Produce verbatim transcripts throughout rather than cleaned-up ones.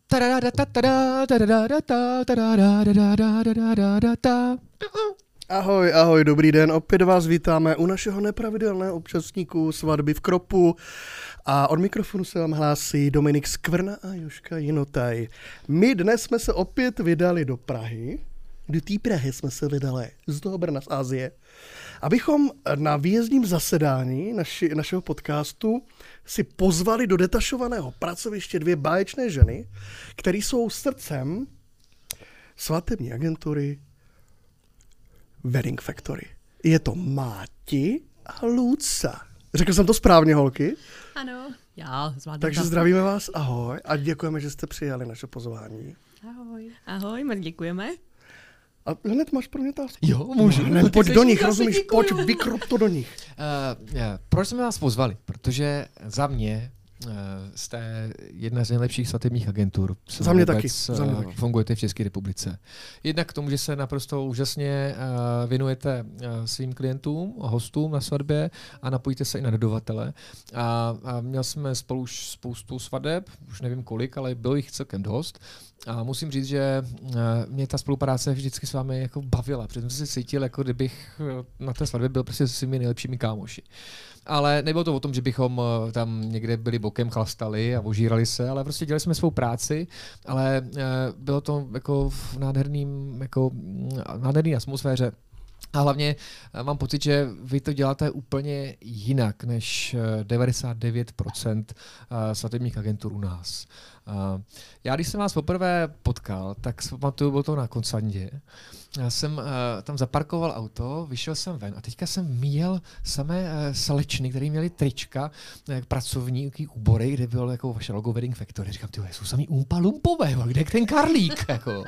Ahoj, ahoj, dobrý den, opět vás vítáme u našeho nepravidelného účastníku svatby v Kropu a od mikrofonu se vám hlásí Dominik Skvrna a Jožka Jinotaj. My dnes jsme se opět vydali do Prahy, do té Prahy jsme se vydali z toho Brna, z Asie, abychom na výjezdním zasedání naši, našeho podcastu si pozvali do detašovaného pracoviště dvě báječné ženy, které jsou srdcem svatební agentury Wedding Factory. Je to Máti a Luca. Řekl jsem to správně, holky? Ano, já zvládnu. Takže to. zdravíme vás, ahoj, a děkujeme, že jste přijali naše pozvání. Ahoj. Ahoj, moc děkujeme. A hned máš pro mě otázku. Jo, můžu. Ne, pojď do nich, rozumíš? Pojď, vykrop to do nich. Uh, yeah. Proč jsme vás pozvali? Protože za mě uh, jste jedna z nejlepších svatebních agentur. Za mě taky. Uh, za mě taky. Fungujete v České republice. Jednak k tomu, že se naprosto úžasně uh, věnujete uh, svým klientům a hostům na svatbě a napojíte se i na dodavatele. A, a měl jsme spolu už spoustu svadeb, už nevím kolik, ale bylo jich celkem dost. A musím říct, že mě ta spolupráce vždycky s vámi jako bavila, protože jsem se cítil, jako kdybych na té svatbě byl prostě se svými nejlepšími kámoši. Ale nebylo to o tom, že bychom tam někde byli bokem chlastali a ožírali se, ale prostě dělali jsme svou práci, ale bylo to jako v nádherným, jako nádherný atmosféře. A hlavně mám pocit, že vy to děláte úplně jinak než devadesát devět procent svatebních agentur u nás. Já, když jsem vás poprvé potkal, tak si pamatuju, bylo to na Konsandě. Já jsem uh, tam zaparkoval auto, vyšel jsem ven a teďka jsem míjel samé uh, slečny, které měly trička, uh, pracovní úbory, kde bylo jako vaše logo Wedding Factory. Říkám, ty jsou samý umpa lumpové, kde je ten karlík? Jako.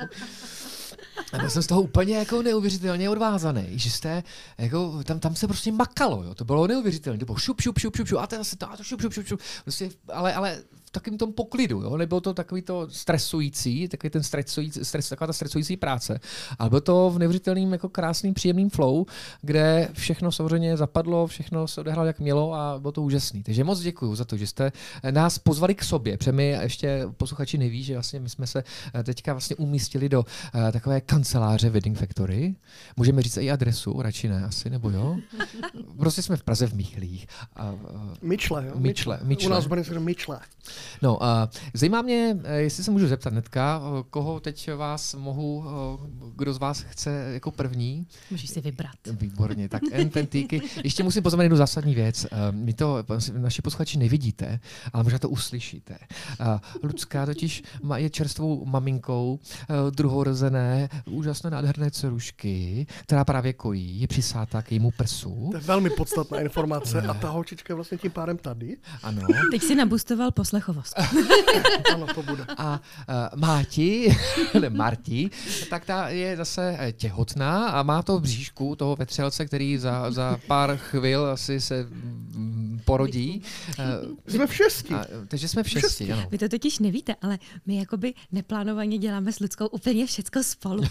A byl jsem z toho úplně jako neuvěřitelně odvázaný, že jste, jako, tam, tam se prostě makalo, jo. To bylo neuvěřitelné, to bylo šup, šup, šup, šup, šup, a to zase to, a to šup, šup, šup, šup. Prostě, ale, ale v takovém tom poklidu, jo. Nebylo to takový to stresující, takový ten stresující, stres, taková ta stresující práce, ale bylo to v neuvěřitelným, jako krásným, příjemným flow, kde všechno samozřejmě zapadlo, všechno se odehrálo jak mělo a bylo to úžasný. Takže moc děkuju za to, že jste nás pozvali k sobě, protože my ještě posluchači neví, že vlastně my jsme se teďka vlastně umístili do uh, takové kanceláře Wedding Factory. Můžeme říct i adresu, radši ne asi, nebo jo? Prostě jsme v Praze v Michlích. Uh, Myčle, jo? Myčle, Myčle. U nás bude se Myčle. No, uh, zajímá mě, jestli se můžu zeptat hnedka, koho teď vás mohu, uh, kdo z vás chce jako první? Můžeš si vybrat. Výborně, tak ententíky. Ještě musím poznamenat jednu zásadní věc. Uh, my to, naši posluchači nevidíte, ale možná to uslyšíte. Uh, Lucka totiž je čerstvou maminkou uh, druhorozené, úžasné nádherné dcerušky, která právě kojí, je přisátá k jejímu prsu. To je velmi podstatná informace a ta holčička je vlastně tím pádem tady. Ano. Teď si nabustoval poslechovost. Ano, to bude. A uh, Máti, ne Marti, tak ta je zase těhotná a má to v bříšku toho vetřelce, který za, za pár chvil asi se mm, porodí. Uh, jsme v šesti. A, takže jsme v šesti, ano. Vy to totiž nevíte, ale my jakoby neplánovaně děláme s Luckou úplně všecko spolu.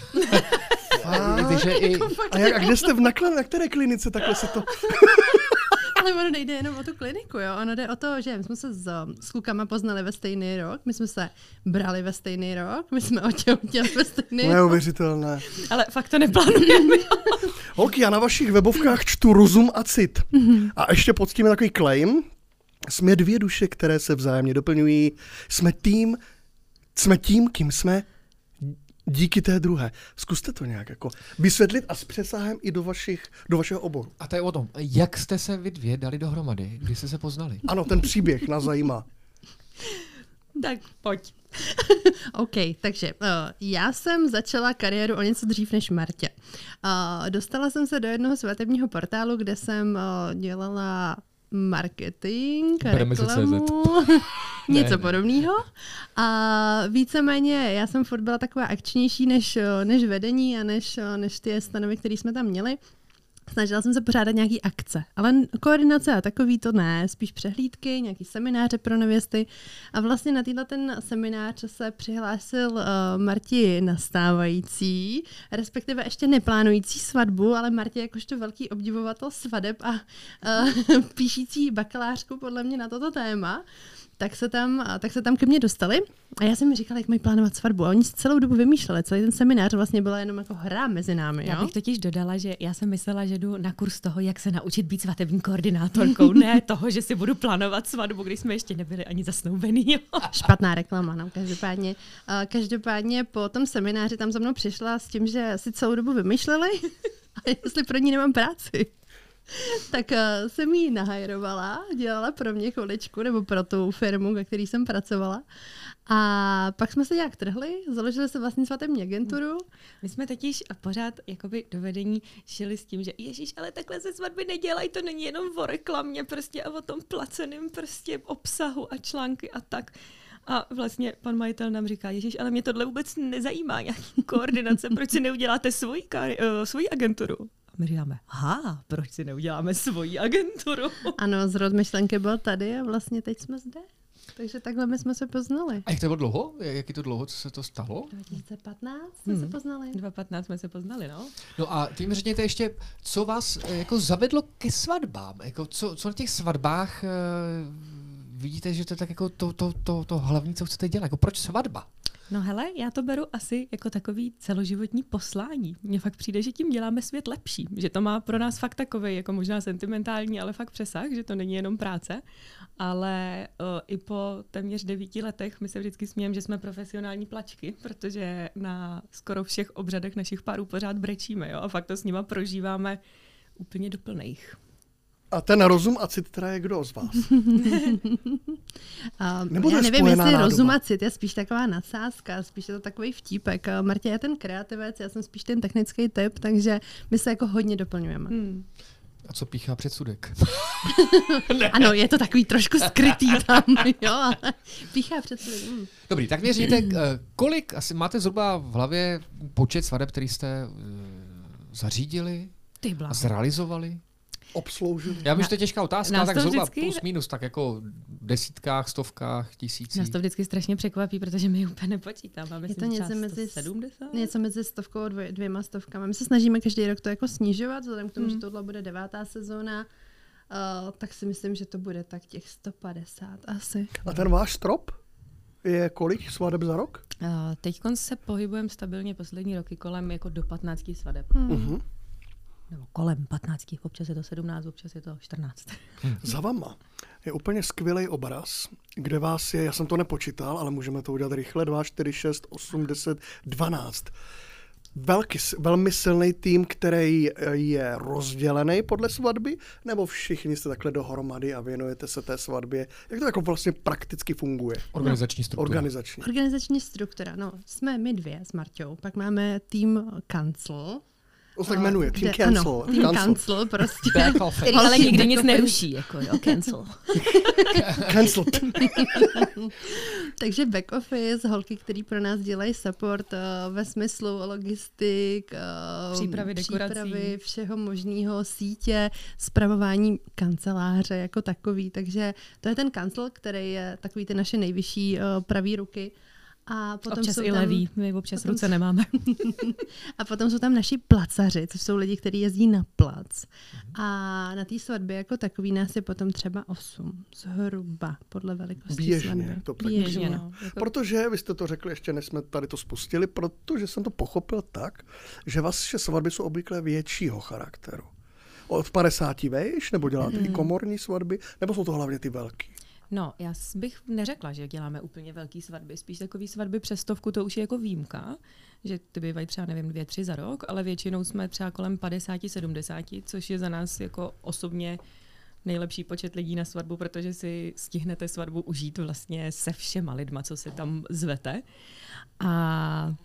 A, takže i... a, jak, a kde jste v nakle, na které klinice takhle se to... Ale ono nejde jenom o tu kliniku, jo. Ono jde o to, že my jsme se s, s klukama poznali ve stejný rok, my jsme se brali ve stejný rok, my jsme otěhotněli ve stejný rok. Neuvěřitelné. Ale fakt to neplánujeme. Holky, já na vašich webovkách čtu rozum a cit. Mm-hmm. A ještě poctíme takový claim. Jsme dvě duše, které se vzájemně doplňují. Jsme tým, jsme tím, kým jsme díky té druhé. Zkuste to nějak jako vysvětlit a s přesahem i do, vašich, do vašeho oboru. A to je o tom, jak jste se vy dvě dali dohromady, když jste se poznali? Ano, ten příběh nás zajímá. Tak pojď. OK, takže uh, já jsem začala kariéru o něco dřív než Martě. Uh, dostala jsem se do jednoho svatebního portálu, kde jsem uh, dělala marketing, reklamu, něco podobného. A víceméně já jsem furt byla taková akčnější než, než vedení a než, než ty stanovy, které jsme tam měli. Snažila jsem se pořádat nějaký akce, ale koordinace a takový to ne, spíš přehlídky, nějaký semináře pro nevěsty. A vlastně na týhle ten seminář se přihlásil uh, Marti nastávající, respektive ještě neplánující svatbu, ale Marti jakožto velký obdivovatel svadeb a uh, píšící bakalářku podle mě na toto téma. tak se tam, tak se tam ke mně dostali a já jsem mi říkala, jak mají plánovat svatbu. A oni si celou dobu vymýšleli, celý ten seminář vlastně byla jenom jako hra mezi námi. Jo? Já bych totiž dodala, že já jsem myslela, že jdu na kurz toho, jak se naučit být svatební koordinátorkou, ne toho, že si budu plánovat svatbu, když jsme ještě nebyli ani zasnoubení. Jo? Špatná reklama, no, každopádně. Každopádně po tom semináři tam za mnou přišla s tím, že si celou dobu vymýšleli a jestli pro ní nemám práci. Tak uh, jsem jí nahajrovala, dělala pro mě chviličku, nebo pro tu firmu, ve které jsem pracovala. A pak jsme se nějak trhli, založili se vlastní svatební agenturu. My jsme totiž pořád jakoby do vedení šili s tím, že ježíš, ale takhle se svatby nedělají, to není jenom o reklamě prostě a o tom placeném prostě obsahu a články a tak. A vlastně pan majitel nám říká, ježíš, ale mě tohle vůbec nezajímá, nějaký koordinace, proč si neuděláte svoji, kari- uh, svoji agenturu? A my říkáme, aha, proč si neuděláme svoji agenturu? Ano, zrod myšlenky byl tady a vlastně teď jsme zde. Takže takhle my jsme se poznali. A jak to bylo dlouho? Jak je to dlouho, co se to stalo? dva tisíce patnáct jsme hmm. se poznali. dva tisíce patnáct jsme se poznali, no. No a tím řekněte ještě, co vás jako zavedlo ke svatbám? Jako co, co na těch svatbách uh, vidíte, že to je tak jako to, to, to, to hlavní, co chcete dělat? Jako proč svatba? No hele, já to beru asi jako takový celoživotní poslání. Mně fakt přijde, že tím děláme svět lepší. Že to má pro nás fakt takový, jako možná sentimentální, ale fakt přesah, že to není jenom práce. Ale uh, i po téměř devíti letech my se vždycky smějeme, že jsme profesionální plačky, protože na skoro všech obřadech našich párů pořád brečíme, jo? A fakt to s nima prožíváme úplně do plných. A ten rozum a cit teda je kdo z vás? Uh, Nebo já nevím, jestli nádoba. Rozum a cit je spíš taková nadsázka, spíš je to takový vtípek. Uh, Martě je ten kreativec, já jsem spíš ten technický typ, takže my se jako hodně doplňujeme. Hmm. A co píchá předsudek? Ano, je to takový trošku skrytý tam, jo, ale píchá předsudek. Hmm. Dobrý, tak mě říkáte, kolik, asi máte zhruba v hlavě počet svadeb, který jste uh, zařídili a zrealizovali? Obsloužili. Já vím, že to je těžká otázka, tak zhruba vždycky... plus minus, tak jako v desítkách, stovkách, tisících. Nás to vždycky strašně překvapí, protože my úplně nepočítáme. Je to něco mezi, sedmdesát? něco mezi stovkou a dvě, dvěma stovkama. My se snažíme každý rok to jako snižovat, vzhledem k tomu, hmm. že tohle bude devátá sezóna, uh, tak si myslím, že to bude tak těch sto padesát asi. A ten váš strop je kolik svadeb za rok? Uh, Teď se pohybujeme stabilně poslední roky kolem jako do patnácti svadeb. Hmm. Uh-huh. Nebo kolem patnácti, občas je to sedmnáct, občas je to čtrnáct. Hmm. Za vama je úplně skvělý obraz, kde vás je, já jsem to nepočítal, ale můžeme to udělat rychle, dva, čtyři, šest, osm, deset, dvanáct. Velký, velmi silný tým, který je rozdělený podle svatby, nebo všichni jste takhle dohromady a věnujete se té svatbě? Jak to jako vlastně prakticky funguje? Organizační struktura. Organizační. Organizační struktura, no, jsme my dvě s Marťou, pak máme tým Kancel. To se tak jmenuje, Team Kde, Cancel. Ano, Team Cancel, cancel prostě. Ale nikdy nic neruší, jako jo, cancel. Cancel. Takže back office, holky, který pro nás dělají support uh, ve smyslu logistik, uh, přípravy, dekorací, přípravy všeho možného, sítě, spravování kanceláře jako takový. Takže to je ten kancel, který je takový ty naše nejvyšší uh, pravý ruky. A potom občas jsou i tam, levý, my občas potom, ruce nemáme. A potom jsou tam naši placaři, což jsou lidi, kteří jezdí na plac. A na té svatbě jako takový nás je potom třeba osm, zhruba, podle velikosti Běžně, svatby. to Běžně, no. Jako... Protože, vy jste to řekli, ještě než jsme tady to spustili, protože jsem to pochopil tak, že vaše svatby jsou obvykle většího charakteru. Od padesáti vejš, nebo děláte mm. i komorní svatby, nebo jsou to hlavně ty velký? No, já bych neřekla, že děláme úplně velký svatby. Spíš takový svatby přes stovku, to už je jako výjimka, že ty bývají třeba, nevím, dvě, tři za rok, ale většinou jsme třeba kolem padesát, sedmdesát, což je za nás jako osobně nejlepší počet lidí na svatbu, protože si stihnete svatbu užít vlastně se všema lidma, co se tam zvete. A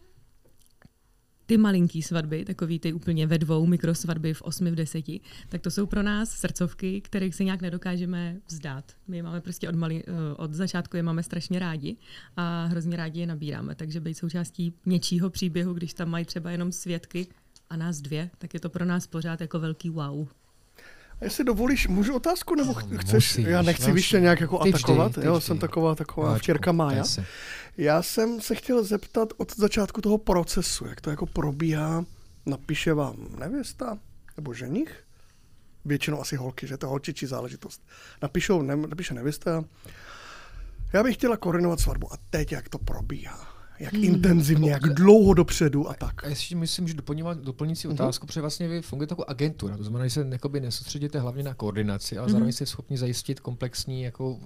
ty malinký svatby, takový ty úplně ve dvou mikrosvatby v osmi, v deseti, tak to jsou pro nás srdcovky, kterých se nějak nedokážeme vzdát. My máme prostě od, mali, od začátku je máme strašně rádi a hrozně rádi je nabíráme, takže být součástí něčího příběhu, když tam mají třeba jenom svědky a nás dvě, tak je to pro nás pořád jako velký wow. A jestli dovolíš, můžu otázku, nebo no, chceš? Musíš, Já nechci vyště nějak jako ty atakovat, vždy, jo, vždy. Jsem taková, taková včerka Mája. Já jsem se chtěl zeptat od začátku toho procesu, jak to jako probíhá, napíše vám nevěsta nebo ženich, většinou asi holky, že to je holčičí záležitost. Napíšou, ne, napíše nevěsta, Já bych chtěla koordinovat svatbu. A teď jak to probíhá? Jak hmm. intenzivně, jak dlouho dopředu a tak. A jestli myslím, že doplňovat doplňující otázku, uh-huh. protože vlastně vy fungujete jako agentura, to znamená, že se jakoby nesoustředíte hlavně na koordinaci, ale uh-huh. zároveň jste schopni zajistit komplexní jako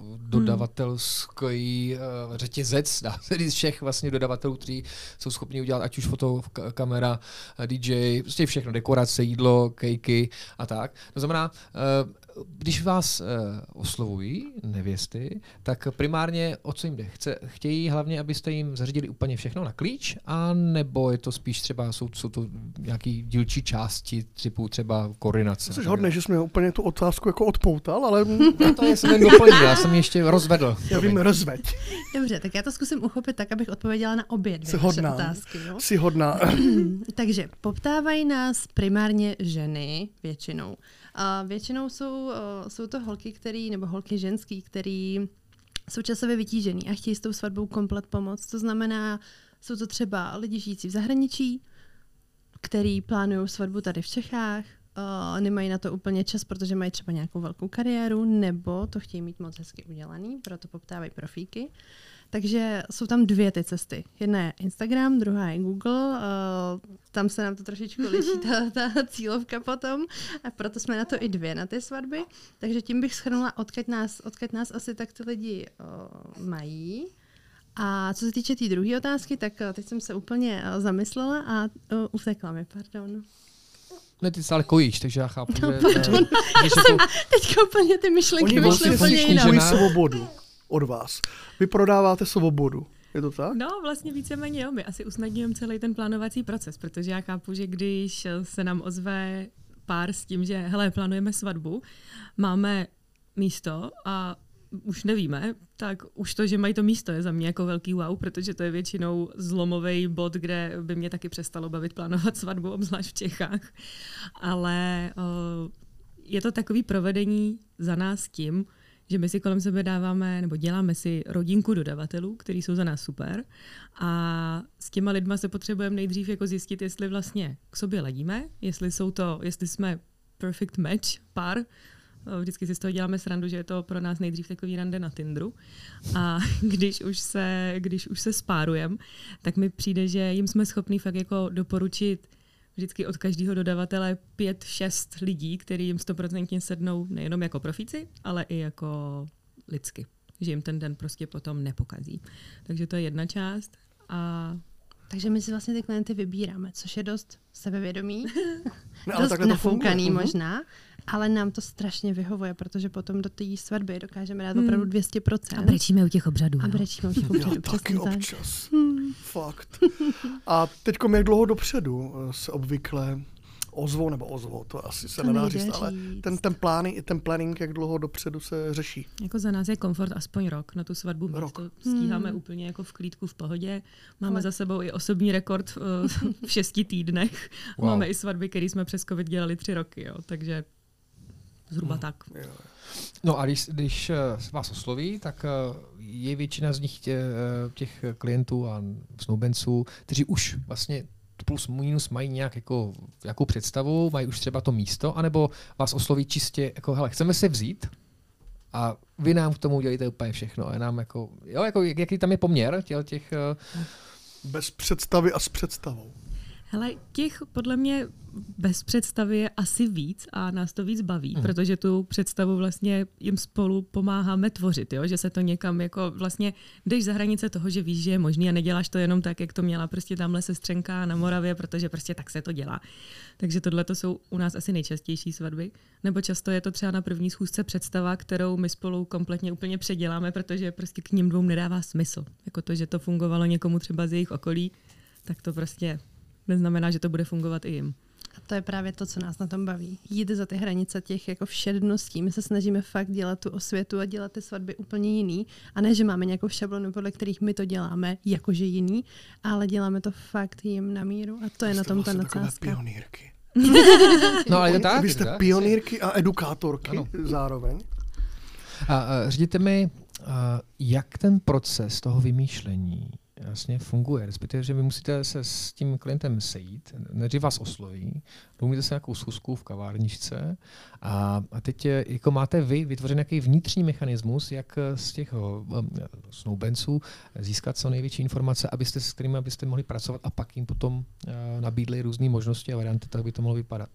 dodavatelský uh, řetězec, dá se říct všech vlastně dodavatelů, kteří jsou schopni udělat ať už foto, kamera, D J, prostě všechno, dekorace, jídlo, kejky a tak. To znamená, uh, když vás uh, oslovují nevěsty, tak primárně o co jim jde? Chce, chtějí hlavně, abyste jim zařídili úplně všechno na klíč, a nebo je to spíš třeba, jsou, jsou to nějaký dílčí části, typu třeba koordinace? Jsi hodný, že jsme úplně tu otázku jako odpoutal, ale... No to je, jsem jen doplnil, já jsem ji ještě rozvedl. Já vím, rozveď. Dobře, tak já to zkusím uchopit tak, abych odpověděla na obě dvě Jsi hodná. otázky. Jo? Jsi hodná. Takže poptávají nás primárně ženy většinou. A většinou jsou, jsou to holky, který, nebo holky ženský, který jsou časově vytížený a chtějí s tou svatbou komplet pomoct. To znamená, jsou to třeba lidi žijící v zahraničí, který plánují svatbu tady v Čechách, uh, nemají na to úplně čas, protože mají třeba nějakou velkou kariéru, nebo to chtějí mít moc hezky udělaný, proto poptávají profíky. Takže jsou tam dvě ty cesty. Jedna je Instagram, druhá je Google. Uh, tam se nám to trošičku liší, ta, ta cílovka potom. A proto jsme na to i dvě, na ty svatby. Takže tím bych shrnula, odkud nás, odkud nás asi tak ty lidi uh, mají. A co se týče té tý druhé otázky, tak uh, teď jsem se úplně uh, zamyslela a uh, utekla mi, pardon. Ne, ty stále kojíš, takže já chápu, no, že... Pardon, já jsem teďka úplně ty myšlenky vyšly úplně jinak. Oni vlastně svobodu od vás. Vy prodáváte svobodu. Je to tak? No, vlastně víceméně jo. My asi usnadňujeme celý ten plánovací proces, protože já chápu, že když se nám ozve pár s tím, že hele, plánujeme svatbu, máme místo a už nevíme, tak už to, že mají to místo, je za mě jako velký wow, protože to je většinou zlomový bod, kde by mě taky přestalo bavit plánovat svatbu, obzvlášť v Čechách. Ale uh, je to takový provedení za nás tím, že my si kolem sebe dáváme, nebo děláme si rodinku dodavatelů, kteří jsou za nás super, a s těma lidma se potřebujeme nejdřív jako zjistit, jestli vlastně k sobě ladíme, jestli jsou to, jestli jsme perfect match, pár. Vždycky si z toho děláme srandu, že je to pro nás nejdřív takový rande na Tinderu. A když už se, když už se spárujeme, tak mi přijde, že jim jsme schopní fakt jako doporučit vždycky od každého dodavatele pět, šest lidí, který jim stoprocentně sednou nejenom jako profíci, ale i jako lidsky. Že jim ten den prostě potom nepokazí. Takže to je jedna část. A takže my si vlastně ty klienty vybíráme, což je dost sebevědomý, no, dost nafoukaný možná, ale nám to strašně vyhovuje, protože potom do té svatby dokážeme dát hmm. opravdu dvě stě procent. A brečíme u těch obřadů. A brečíme u těch obřadů. Já taky občas. Hmm. Fakt. A teďko jak dlouho dopředu se obvykle ozvou, nebo ozvou, to asi se to nedá říct, říct, ale ten, ten, plány, ten planning, jak dlouho dopředu se řeší. Jako za nás je komfort aspoň rok na tu svatbu. My rok. to stíháme hmm. úplně jako v klídku, v pohodě. Máme ale... za sebou i osobní rekord uh, v šesti týdnech. Wow. Máme i svatby, které jsme přes covid dělali tři roky, jo, takže zhruba hmm. tak. Jo. No a když, když vás osloví, tak je většina z nich tě, těch klientů a snoubenců, kteří už vlastně plus minus mají nějak jako, jakou představu, mají už třeba to místo, anebo vás osloví čistě jako, hele, chceme se vzít a vy nám k tomu udělíte úplně všechno. A nám jako, jo, jako, jaký tam je poměr těch... těch bez představy a s představou. Hele, těch podle mě bez představy je asi víc a nás to víc baví, mm. protože tu představu vlastně jim spolu pomáháme tvořit, jo? Že se to někam jako vlastně jdeš za hranice toho, že víš, že je možný a neděláš to jenom tak, jak to měla prostě tamhle sestřenka na Moravě, protože prostě tak se to dělá. Takže tohle to jsou u nás asi nejčastější svatby, nebo často je to třeba na první schůzce představa, kterou my spolu kompletně úplně předěláme, protože prostě k nim dvou nedává smysl. Jako to, že to fungovalo někomu třeba z jejich okolí, tak to prostě neznamená, že to bude fungovat i jim. A to je právě to, co nás na tom baví. Jít za ty hranice těch jako všedností. My se snažíme fakt dělat tu osvětu a dělat ty svatby úplně jiný. A ne, že máme nějakou šablonu, podle kterých my to děláme jakože jiný, ale děláme to fakt jim na míru. A to je na tom ta nadsázka. Pionýrky. No, ale je tak. Vy jste tak, pionýrky a edukátorky ano. zároveň. A uh, řídíte mi, uh, jak ten proces toho vymýšlení uh, jasně funguje. Respektive, že vy musíte se s tím klientem sejít, než vás osloví, domluvíte se nějakou schůzku v kavárničce a, a teď jako máte vy vytvořený nějaký vnitřní mechanismus, jak z těch um, snoubenců získat co největší informace, abyste s kterými abyste mohli pracovat a pak jim potom uh, nabídli různé možnosti a varianty, tak by to mohlo vypadat.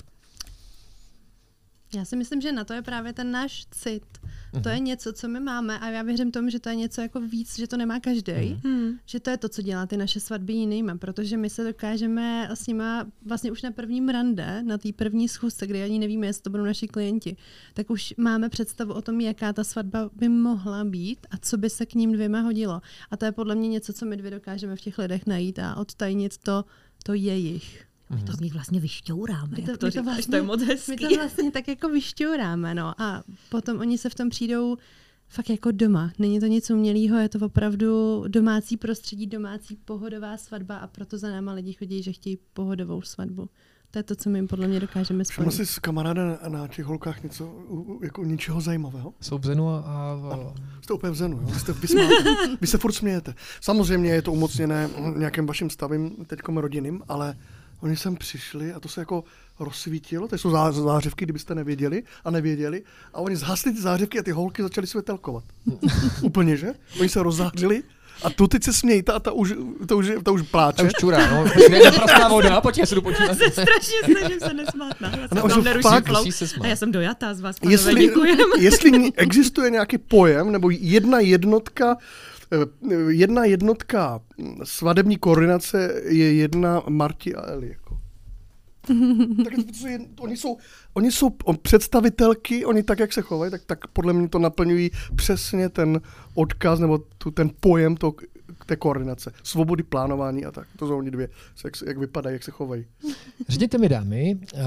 Já si myslím, že na to je právě ten náš cit. Mm-hmm. To je něco, co my máme a já věřím tomu, že to je něco jako víc, že to nemá každý. Mm-hmm. Že to je to, co dělá ty naše svatby jinýma, protože my se dokážeme s nima vlastně už na prvním rande, na té první schůzce, kdy ani nevíme, jestli to budou naši klienti, tak už máme představu o tom, jaká ta svatba by mohla být a co by se k ním dvěma hodilo. A to je podle mě něco, co my dvě dokážeme v těch lidech najít a odtajnit to, to jejich. My to z nich vlastně vyšťouráme, my to, jak to, my říkáš, to, vlastně, to je moc hezký. My to vlastně tak jako vyšťouráme, no. A potom oni se v tom přijdou fakt jako doma. Není to nic umělého, je to opravdu domácí prostředí, domácí pohodová svatba a proto za náma lidi chodí, že chtějí pohodovou svatbu. To je to, co my jim podle mě dokážeme spojit. Všiml jsi s kamaráda na těch holkách něco, jako ničeho zajímavého? Jsou v zenu a... a... Ano, jste úplně v zenu, jo? Jste vysmáte. Vy se furt smějete. Samozřejmě je to umocněné nějakým vaším stavem, teďkom rodinným, ale oni sem přišli a to se jako rozsvítilo, to jsou zá, zářivky, kdybyste nevěděli a nevěděli, a oni zhasli ty zářivky a ty holky začaly světelkovat. Úplně, že? Oni se rozzářili a tu teď se smějte a ta už, ta už, ta už pláče. Ta už čurá, no. Neprostá voda, pojď, já se jdu počítat. Já se strašně snažím se nesmát. No. Já jsem tam neruším flow. A já jsem dojatá z vás, panové, jestli, děkujem. Jestli existuje nějaký pojem nebo jedna jednotka, jedna jednotka svadební koordinace je jedna Marti a Eli. Jako. Tak, oni, jsou, oni jsou představitelky, oni tak, jak se chovají, tak, tak podle mě to naplňují přesně ten odkaz nebo tu, ten pojem to, té koordinace. Svobody, plánování a tak. To jsou oni dvě, jak, jak vypadají, jak se chovají. Řekněte mi, dámy, uh,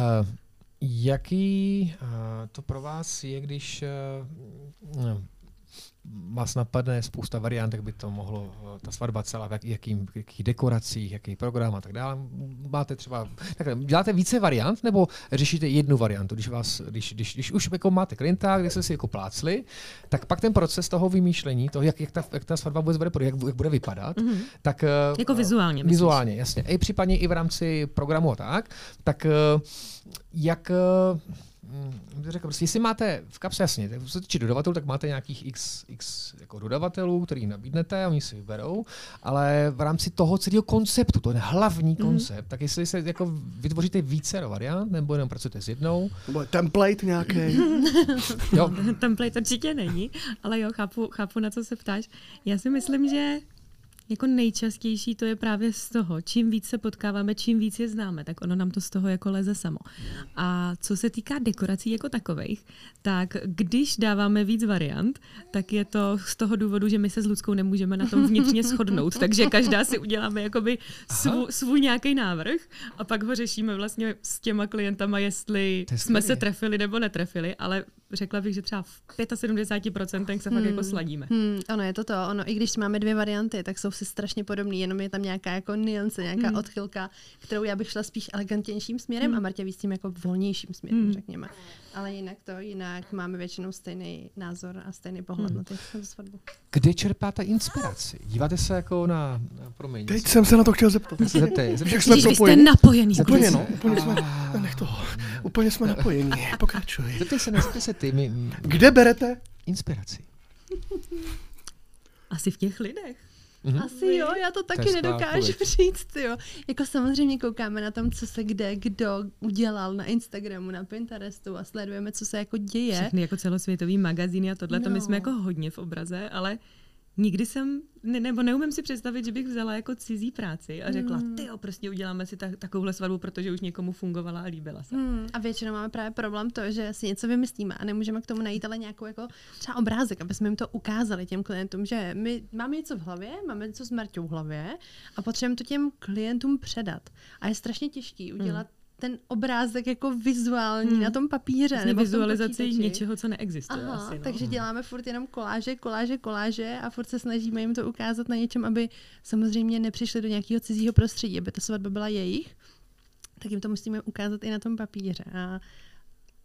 jaký uh, to pro vás je, když uh, no, vás napadne spousta variant, jak by to mohlo, ta svatba celá, v jakým, jakých dekoracích, jaký program a tak dále. Máte třeba, takhle, děláte více variant, nebo řešíte jednu variantu, když vás, když, když, když už jako máte klienta, kde jste si jako plácli, tak pak ten proces toho vymýšlení, toho, jak, jak, ta, jak ta svatba bude, jak, jak bude vypadat, mm-hmm. tak... Jako vizuálně, myslíš? Vizuálně, jasně. I případně i v rámci programu a tak, tak jak... Řekl, prostě, jestli máte v kapse, jasně, co se týče dodavatelů, tak máte nějakých x, x jako dodavatelů, který nabídnete a oni si vyberou, ale v rámci toho celého konceptu, to je hlavní mm. koncept, tak jestli se jako vytvoříte více variant, nebo jenom pracujete s jednou. Nebo template nějaký. Jo. Template určitě není, ale jo, chápu, chápu, na co se ptáš. Já si myslím, že jako nejčastější to je právě z toho, čím víc se potkáváme, čím víc je známe, tak ono nám to z toho jako leze samo. A co se týká dekorací jako takových, tak když dáváme víc variant, tak je to z toho důvodu, že my se s Luckou nemůžeme na tom vnitřně shodnout, takže každá si uděláme jakoby svů, svůj nějaký návrh a pak ho řešíme vlastně s těma klientama, jestli jsme se trefili nebo netrefili, ale řekla bych, že třeba v sedmdesát pět procent se hmm. fakt jako sladíme. Hmm, ono je to to, ono, i když máme dvě varianty, tak jsou si strašně podobný, jenom je tam nějaká jako nuance, nějaká hmm. odchylka, kterou já bych šla spíš elegantnějším směrem hmm. a Martě víc tím jako volnějším směrem, hmm. řekněme. Ale jinak to, jinak máme většinou stejný názor a stejný pohled hmm. na ty svatbu. Kde čerpáte inspiraci? Díváte se jako na, na promiň. Teď jsem se na to chtěl zeptat. Zeptej, zeptej. Jsme Když jste napojený. Úplně, no, úplně jsme, nech toho, úplně jsme napojení. Pokračuj. Zeptej se, zeptej se ty. My, my... Kde berete inspiraci? Asi v těch lidech. Mm-hmm. Asi jo, já to taky to nedokážu říct, jo. Jako samozřejmě koukáme na tom, co se kde, kdo udělal na Instagramu, na Pinterestu a sledujeme, co se jako děje. Všechny jako celosvětový magazíny a tohle, no. To my jsme jako hodně v obraze, ale nikdy jsem, ne, nebo neumím si představit, že bych vzala jako cizí práci a řekla, mm. tyjo, prostě uděláme si ta, takovouhle svatbu, protože už někomu fungovala a líbila se. Mm. A většinou máme právě problém to, že si něco vymyslíme a nemůžeme k tomu najít ale nějakou jako třeba obrázek, aby jsme jim to ukázali těm klientům, že my máme něco v hlavě, máme něco s Marťou v hlavě a potřebujeme to těm klientům předat. A je strašně těžký udělat mm. ten obrázek jako vizuální hmm. na tom papíře. Vlastně nebo vizualizaci něčeho, co neexistuje. Aha, asi, no. Takže děláme furt jenom koláže, koláže, koláže a furt se snažíme jim to ukázat na něčem, aby samozřejmě nepřišli do nějakého cizího prostředí, aby ta svatba byla jejich, tak jim to musíme ukázat i na tom papíře. A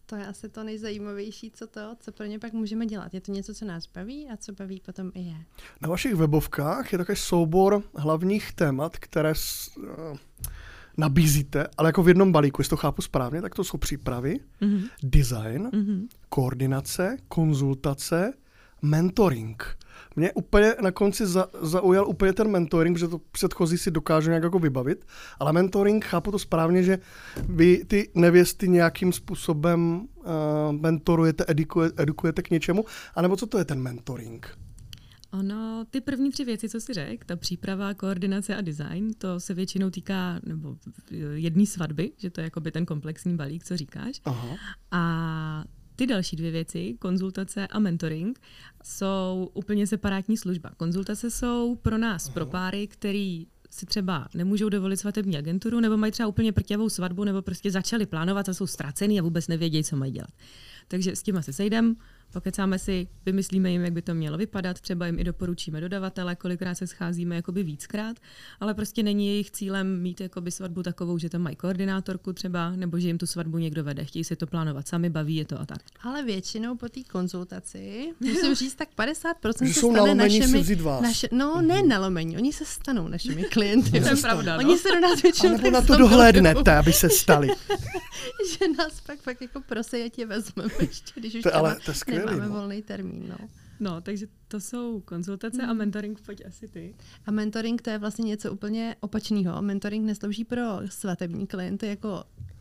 to je asi to nejzajímavější, co to, co pro ně pak můžeme dělat. Je to něco, co nás baví a co baví potom i je. Na vašich webovkách je takový soubor hlavních témat, které s, uh, nabízíte, ale jako v jednom balíku, jestli to chápu správně, tak to jsou přípravy, mm-hmm. design, mm-hmm. koordinace, konzultace, mentoring. Mě úplně na konci za, zaujal úplně ten mentoring, protože to předchozí si dokážu nějak jako vybavit, ale mentoring, chápu to správně, že vy ty nevěsty nějakým způsobem uh, mentorujete, edukuje, edukujete k něčemu, anebo co to je ten mentoring? Ono, ty první tři věci, co jsi řekl, ta příprava, koordinace a design, to se většinou týká nebo jedné svatby, že to je jakoby ten komplexní balík, co říkáš. Aha. A ty další dvě věci, konzultace a mentoring, jsou úplně separátní služba. Konzultace jsou pro nás, Aha. pro páry, který si třeba nemůžou dovolit svatební agenturu, nebo mají třeba úplně prťavou svatbu, nebo prostě začali plánovat a jsou ztracený a vůbec nevědějí, co mají dělat. Takže s těma se sejdem, pokecáme si, vymyslíme jim, jak by to mělo vypadat, třeba jim i doporučíme dodavatele, kolikrát se scházíme jakoby víckrát, ale prostě není jejich cílem mít jakoby svatbu takovou, že tam mají koordinátorku třeba, nebo že jim tu svatbu někdo vede, chtějí si to plánovat sami, baví je to a tak. Ale většinou po té konzultaci, musím říct, tak padesát procent že se jsou stane nalomení našimi... si vzít vás. Naše, no, mm-hmm. ne nalomení, oni se stanou našimi klienty. To je pravda, no. Oni se do nás většinou... A nebo na to dohlédnete, aby se stali. Že nás pak, pak jako prosej, ať je vezmeme ještě, když už to, ale, to skvělý, nemáme no. volný termín. No. no, takže to jsou konzultace hmm. a mentoring, pojď asi ty. A mentoring to je vlastně něco úplně opačného. Mentoring neslouží pro svatební klienty jako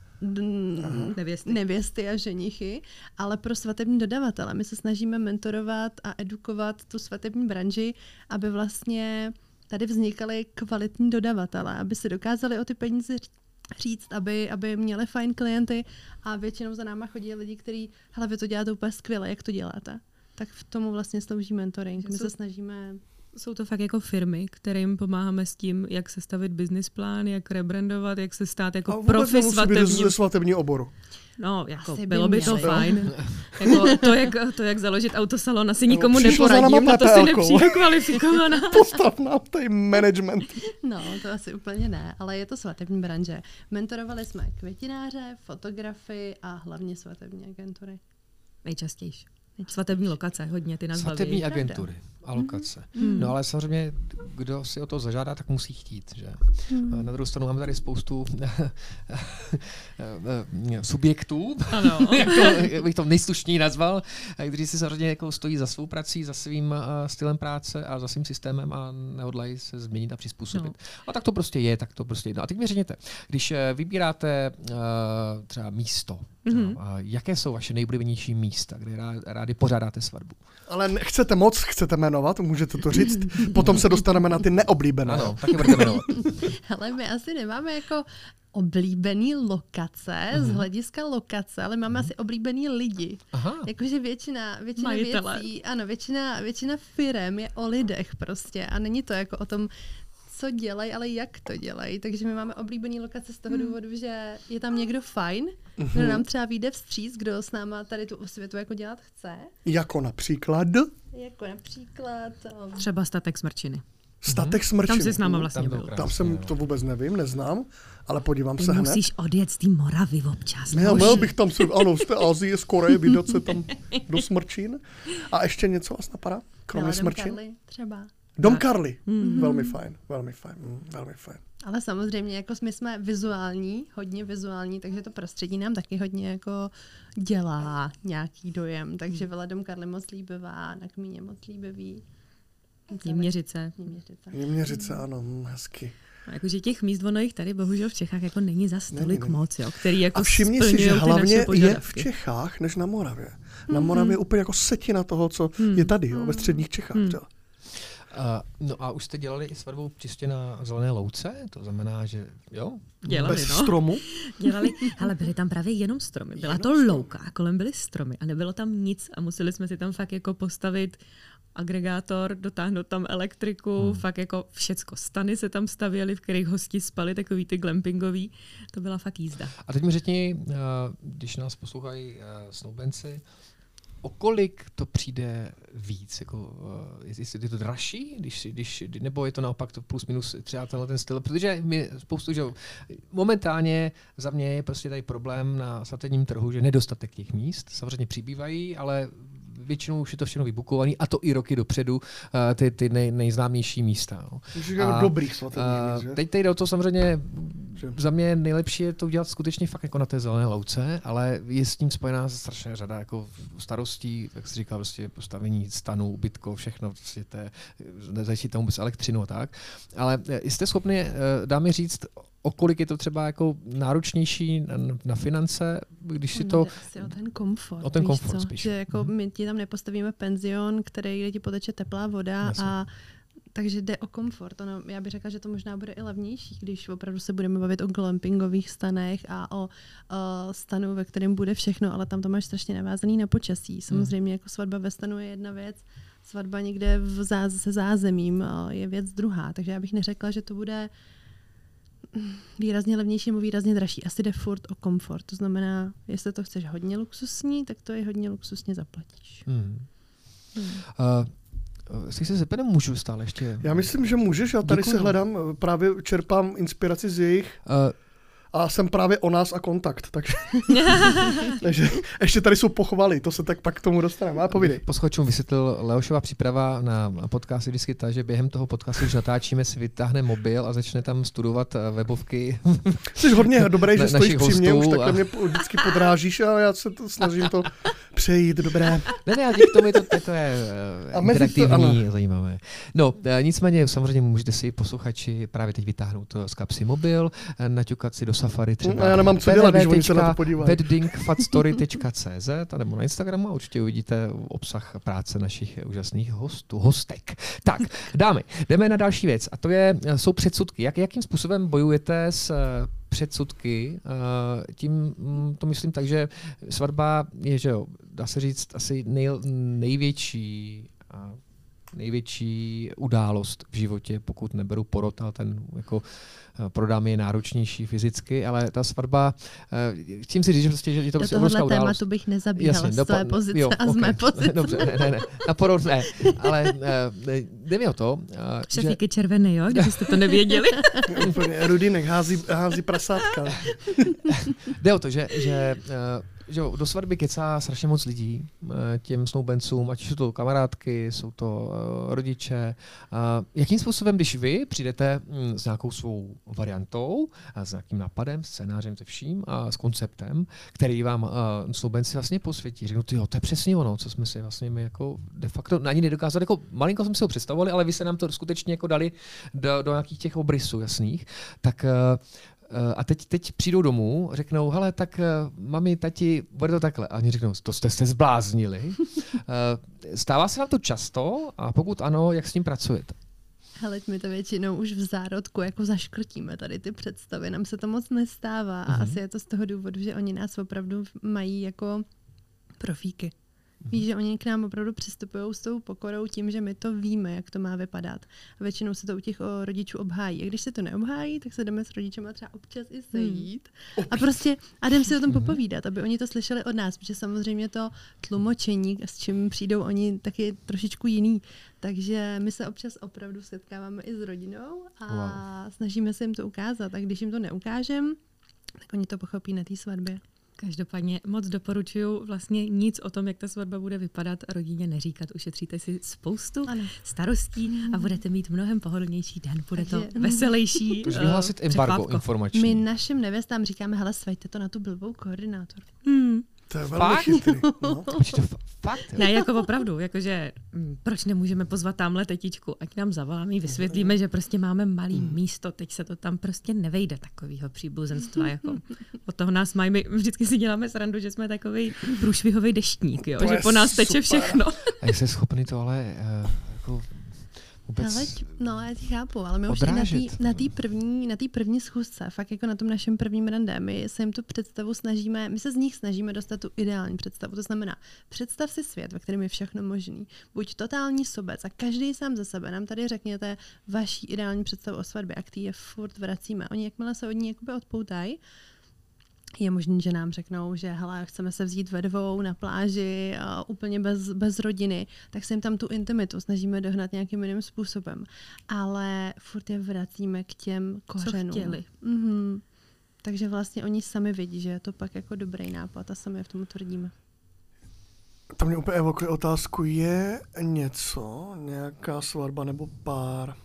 d- nevěsty. nevěsty a ženichy, ale pro svatební dodavatele. My se snažíme mentorovat a edukovat tu svatební branži, aby vlastně tady vznikaly kvalitní dodavatelé, aby se dokázali o ty peníze říct, aby, aby měli fajn klienty a většinou za náma chodí lidi, kteří, hele, vy to děláte úplně skvěle, jak to děláte? Tak v tomu vlastně slouží mentoring. My se snažíme... Jsou to fakt jako firmy, kterým pomáháme s tím, jak sestavit business plán, jak rebrandovat, jak se stát jako profi svatební. ze svatebního oboru. No, jako Asi bylo by by to měli. fajn. jako to, jak, to, jak založit autosalon, asi nikomu Přišlo za neporadím, náma na to si Pepelkou. nepřijdu kvalifikovaná. Postav nám tady management. No, to asi úplně ne, ale je to svatební branže. Mentorovali jsme květináře, fotografy a hlavně svatební agentury. Nejčastější. Svatební lokace, hodně ty nás baví. Svatební agentury, alokace. Mm. No ale samozřejmě, kdo si o to zažádá, tak musí chtít. Že? Mm. Na druhou stranu máme tady spoustu subjektů, ano. jak, to, jak bych to nejslušněji nazval, kteří si samozřejmě jako stojí za svou prací, za svým uh, stylem práce a za svým systémem a nehodlají se změnit a přizpůsobit. No. A tak to prostě je, tak to prostě je. No a teď mi řekněte, když uh, vybíráte uh, třeba místo, mm-hmm. uh, jaké jsou vaše nejoblíbenější místa, kde rád, rádi pořádáte svatbu? Ale chcete moc, chcete jmenovat, můžete to říct, potom se dostaneme na ty neoblíbené. Ano, taky budete jmenovat. Ale my asi nemáme jako oblíbený lokace mm-hmm. z hlediska lokace, ale máme mm-hmm. asi oblíbený lidi. Aha. Jakože většina, většina věcí, ano, většina, většina firem je o lidech prostě a není to jako o tom, co dělají, ale jak to dělají. Takže my máme oblíbený lokace z toho mm. důvodu, že je tam někdo fajn, mm-hmm. kdo nám třeba vyjde vstříc, kdo s náma tady tu osvětu jako dělat chce. Jako například? Jako například... Um... Třeba Statek Smrčiny. Statek Smrčiny. Tam si s náma vlastně byl. Tam jsem to vůbec nevím, neznám, ale podívám Ty se hned. musíš odjet z té Moravy občas. Ne, měl bych tam se, ano, z té Asie, z Koreje, vydat se tam do Smrčín. A ještě něco vás napadá? Kromě Smrčín? Karli třeba. Dom tak. Karli. Mm-hmm. Velmi fajn, velmi fajn, mm, velmi fajn. Ale samozřejmě, jako my jsme vizuální, hodně vizuální, takže to prostředí nám taky hodně jako dělá nějaký dojem. Takže Vila Dom Karli moc líbivá, na Kmíně moc líbivý. Níměřice. Níměřice. Níměřice, ano, hezky. No, jakože těch míst ono jich tady bohužel v Čechách jako není za tolik není, moc, jo, který jako a všimni si, že hlavně je v Čechách než na Moravě. Na Moravě je mm-hmm. úplně jako setina toho, co mm. je tady, jo, ve středních Čechách mm. třeba. Uh, no a už jste dělali i svatbu čistě na zelené louce? To znamená, že jo? Dělali, bez no. stromu? Dělali, ale byly tam právě jenom stromy. Byla jenom to strom. louka a kolem byly stromy a nebylo tam nic a museli jsme si tam fakt jako postavit agregátor, dotáhnout tam elektriku, hmm. fakt jako všecko. Stany se tam stavěly, v kterých hosti spali, takový ty glampingový. To byla fakt jízda. A teď mi řekni, když nás poslouchají snoubenci, o kolik to přijde víc? Jako, jestli je to dražší, když, když, nebo je to naopak to plus minus třeba tenhle ten styl? Protože my spoustu, že momentálně za mě je prostě tady problém na svatebním trhu, že nedostatek těch míst. Samozřejmě přibývají, ale většinou už je to všechno vybukované, a to i roky dopředu, uh, ty, ty nej, nejznámější místa. No. A, dobrých svatebních míst, že? Teď jde o to samozřejmě, že? Za mě nejlepší je to udělat skutečně fakt jako na té zelené louce, ale je s tím spojená strašně řada jako starostí, jak se říká, prostě postavení stanu, ubytko, všechno, prostě té, nezajistit tam vůbec elektřinu a tak. Ale jste schopni, dá mi říct, o kolik je to třeba jako náročnější na, na finance, když si to... Asi o ten komfort. O ten komfort spíš. Že jako mm-hmm. my ti tam nepostavíme penzion, který, kde ti poteče teplá voda, a takže jde o komfort. Ono, já bych řekla, že to možná bude i levnější, když opravdu se budeme bavit o glampingových stanech a o, o stanu, ve kterém bude všechno, ale tam to máš strašně navázaný na počasí. Samozřejmě jako svatba ve stanu je jedna věc, svatba někde v zá, se zázemím je věc druhá. Takže já bych neřekla, že to bude výrazně levnější nebo výrazně dražší. Asi jde furt o komfort. To znamená, jestli to chceš hodně luxusní, tak to je hodně luxusně zaplatíš. Hmm. Hmm. Uh, Jestli se zeptat, můžu stále ještě? Já myslím, že můžeš. Já tady Děkuju. se hledám, právě čerpám inspiraci z jejich. Uh, A jsem právě o nás a kontakt, takže, takže ještě tady jsou pochvaly, to se tak pak k tomu dostaneme. A povídej. Posluchačům vysvětlil, Leošova příprava na podcast je vždycky ta, že během toho podcastu, když natáčíme, si vytáhne mobil a začne tam studovat webovky. Jsi hodně dobrý, že stojíš při mě, už takhle a... mě vždycky podrážíš a já se to snažím to přejít, dobré. Ne, ne, a k tomu je to, to je a interaktivní, to, zajímavé. No, nicméně samozřejmě můžete si posluchači právě teď vytáhnout z kapsy mobil, naťukat si do Safari třeba. No, já nemám co dělat, když oni se na to podívají. wedding fat story tečka cé zet a nebo na Instagramu a určitě uvidíte obsah práce našich úžasných hostů, hostek. Tak, dámy, jdeme na další věc a to je, jsou předsudky. Jak, jakým způsobem bojujete s předsudky? Tím to myslím tak, že svatba je, že jo, dá se říct, asi nej, největší největší událost v životě, pokud neberu porod, ale ten jako pro dámy je náročnější fyzicky, ale ta svatba, chci si říct, že, prostě, že je to prostě obrovská událost. Do tohohle tématu bych nezabíhala z tvé pozice jo, a z mé okay. pozice. Dobře, ne, ne, ne, na porod ne, ale jde mi o to, Šefík je červený, jo, kdybyste to nevěděli. Úplně Rudinek hází, hází prasátka. Jde o to, že, že že do svatby kecá strašně moc lidí těm snoubencům, ať jsou to kamarádky, jsou to rodiče. Jakým způsobem, když vy přijdete s nějakou svou variantou, s nějakým nápadem, scénářem, se vším a s konceptem, který vám snoubenci vlastně posvětí, řeknou, tyjo, to je přesně ono, co jsme si vlastně my jako de facto ani nedokázali, jako malinko jsme si ho představovali, ale vy se nám to skutečně jako dali do, do nějakých těch obrysů jasných, tak a teď, teď přijdou domů, řeknou, hele, tak mami, tati, bude to takhle. A oni řeknou, to jste se zbláznili. Stává se vám to často? A pokud ano, jak s tím pracujete? Hele, my to většinou už v zárodku jako zaškrtíme tady ty představy. Nám se to moc nestává a mm-hmm. asi je to z toho důvodu, že oni nás opravdu mají jako profíky. Víš, že oni k nám opravdu přistupují s tou pokorou tím, že my to víme, jak to má vypadat. A většinou se to u těch o, rodičů obhájí. A když se to neobhájí, tak se jdeme s rodičema třeba občas i sejít. Hmm. A prostě a jdeme si o tom popovídat, aby oni to slyšeli od nás, protože samozřejmě to tlumočení, s čím přijdou oni, tak je trošičku jiný. Takže my se občas opravdu setkáváme i s rodinou a wow. snažíme se jim to ukázat. A když jim to neukážeme, tak oni to pochopí na té svatbě. Každopádně moc doporučuju vlastně nic o tom, jak ta svatba bude vypadat, rodině neříkat. Ušetříte si spoustu ano. starostí a budete mít mnohem pohodlnější den. Bude Takže, to veselější. Už vyhlásit embargo informační. My našim nevěstám říkáme, hele, svejte to na tu blbou koordinátorku. Hmm. To je velmi chytrý. No. Fakt, ne, jako opravdu, jakože hm, proč nemůžeme pozvat tamhle tetičku, ať nám zavolá, my vysvětlíme, že prostě máme malý hmm. místo, teď se to tam prostě nevejde takovýho příbuzenstva, jako od toho nás mají, my vždycky si děláme srandu, že jsme takový průšvihový deštník, jo, že po nás teče super. Všechno. A jsi schopný to ale uh, jako vůbec ale, no, já ti chápu, ale my odrážet. Už na té první, na té první schůzce, fakt jako na tom našem prvním rande, my se jim tu představu snažíme, my se z nich snažíme dostat tu ideální představu. To znamená, představ si svět, ve kterém je všechno možný. Buď totální sobec a každý sám za sebe nám tady řekněte vaší ideální představu o svatbě a k tý je furt vracíme. Oni jakmile se od ní jakoby odpoutají, je možné, že nám řeknou, že hele, chceme se vzít ve dvou na pláži a úplně bez, bez rodiny, tak se jim tam tu intimitu snažíme dohnat nějakým jiným způsobem. Ale furt je vracíme k těm kořenům. Co chtěli. Mhm. Takže vlastně oni sami vidí, že je to pak jako dobrý nápad a sami v tom tvrdíme. To mě úplně evokuje otázku, je něco, nějaká svatba nebo pár,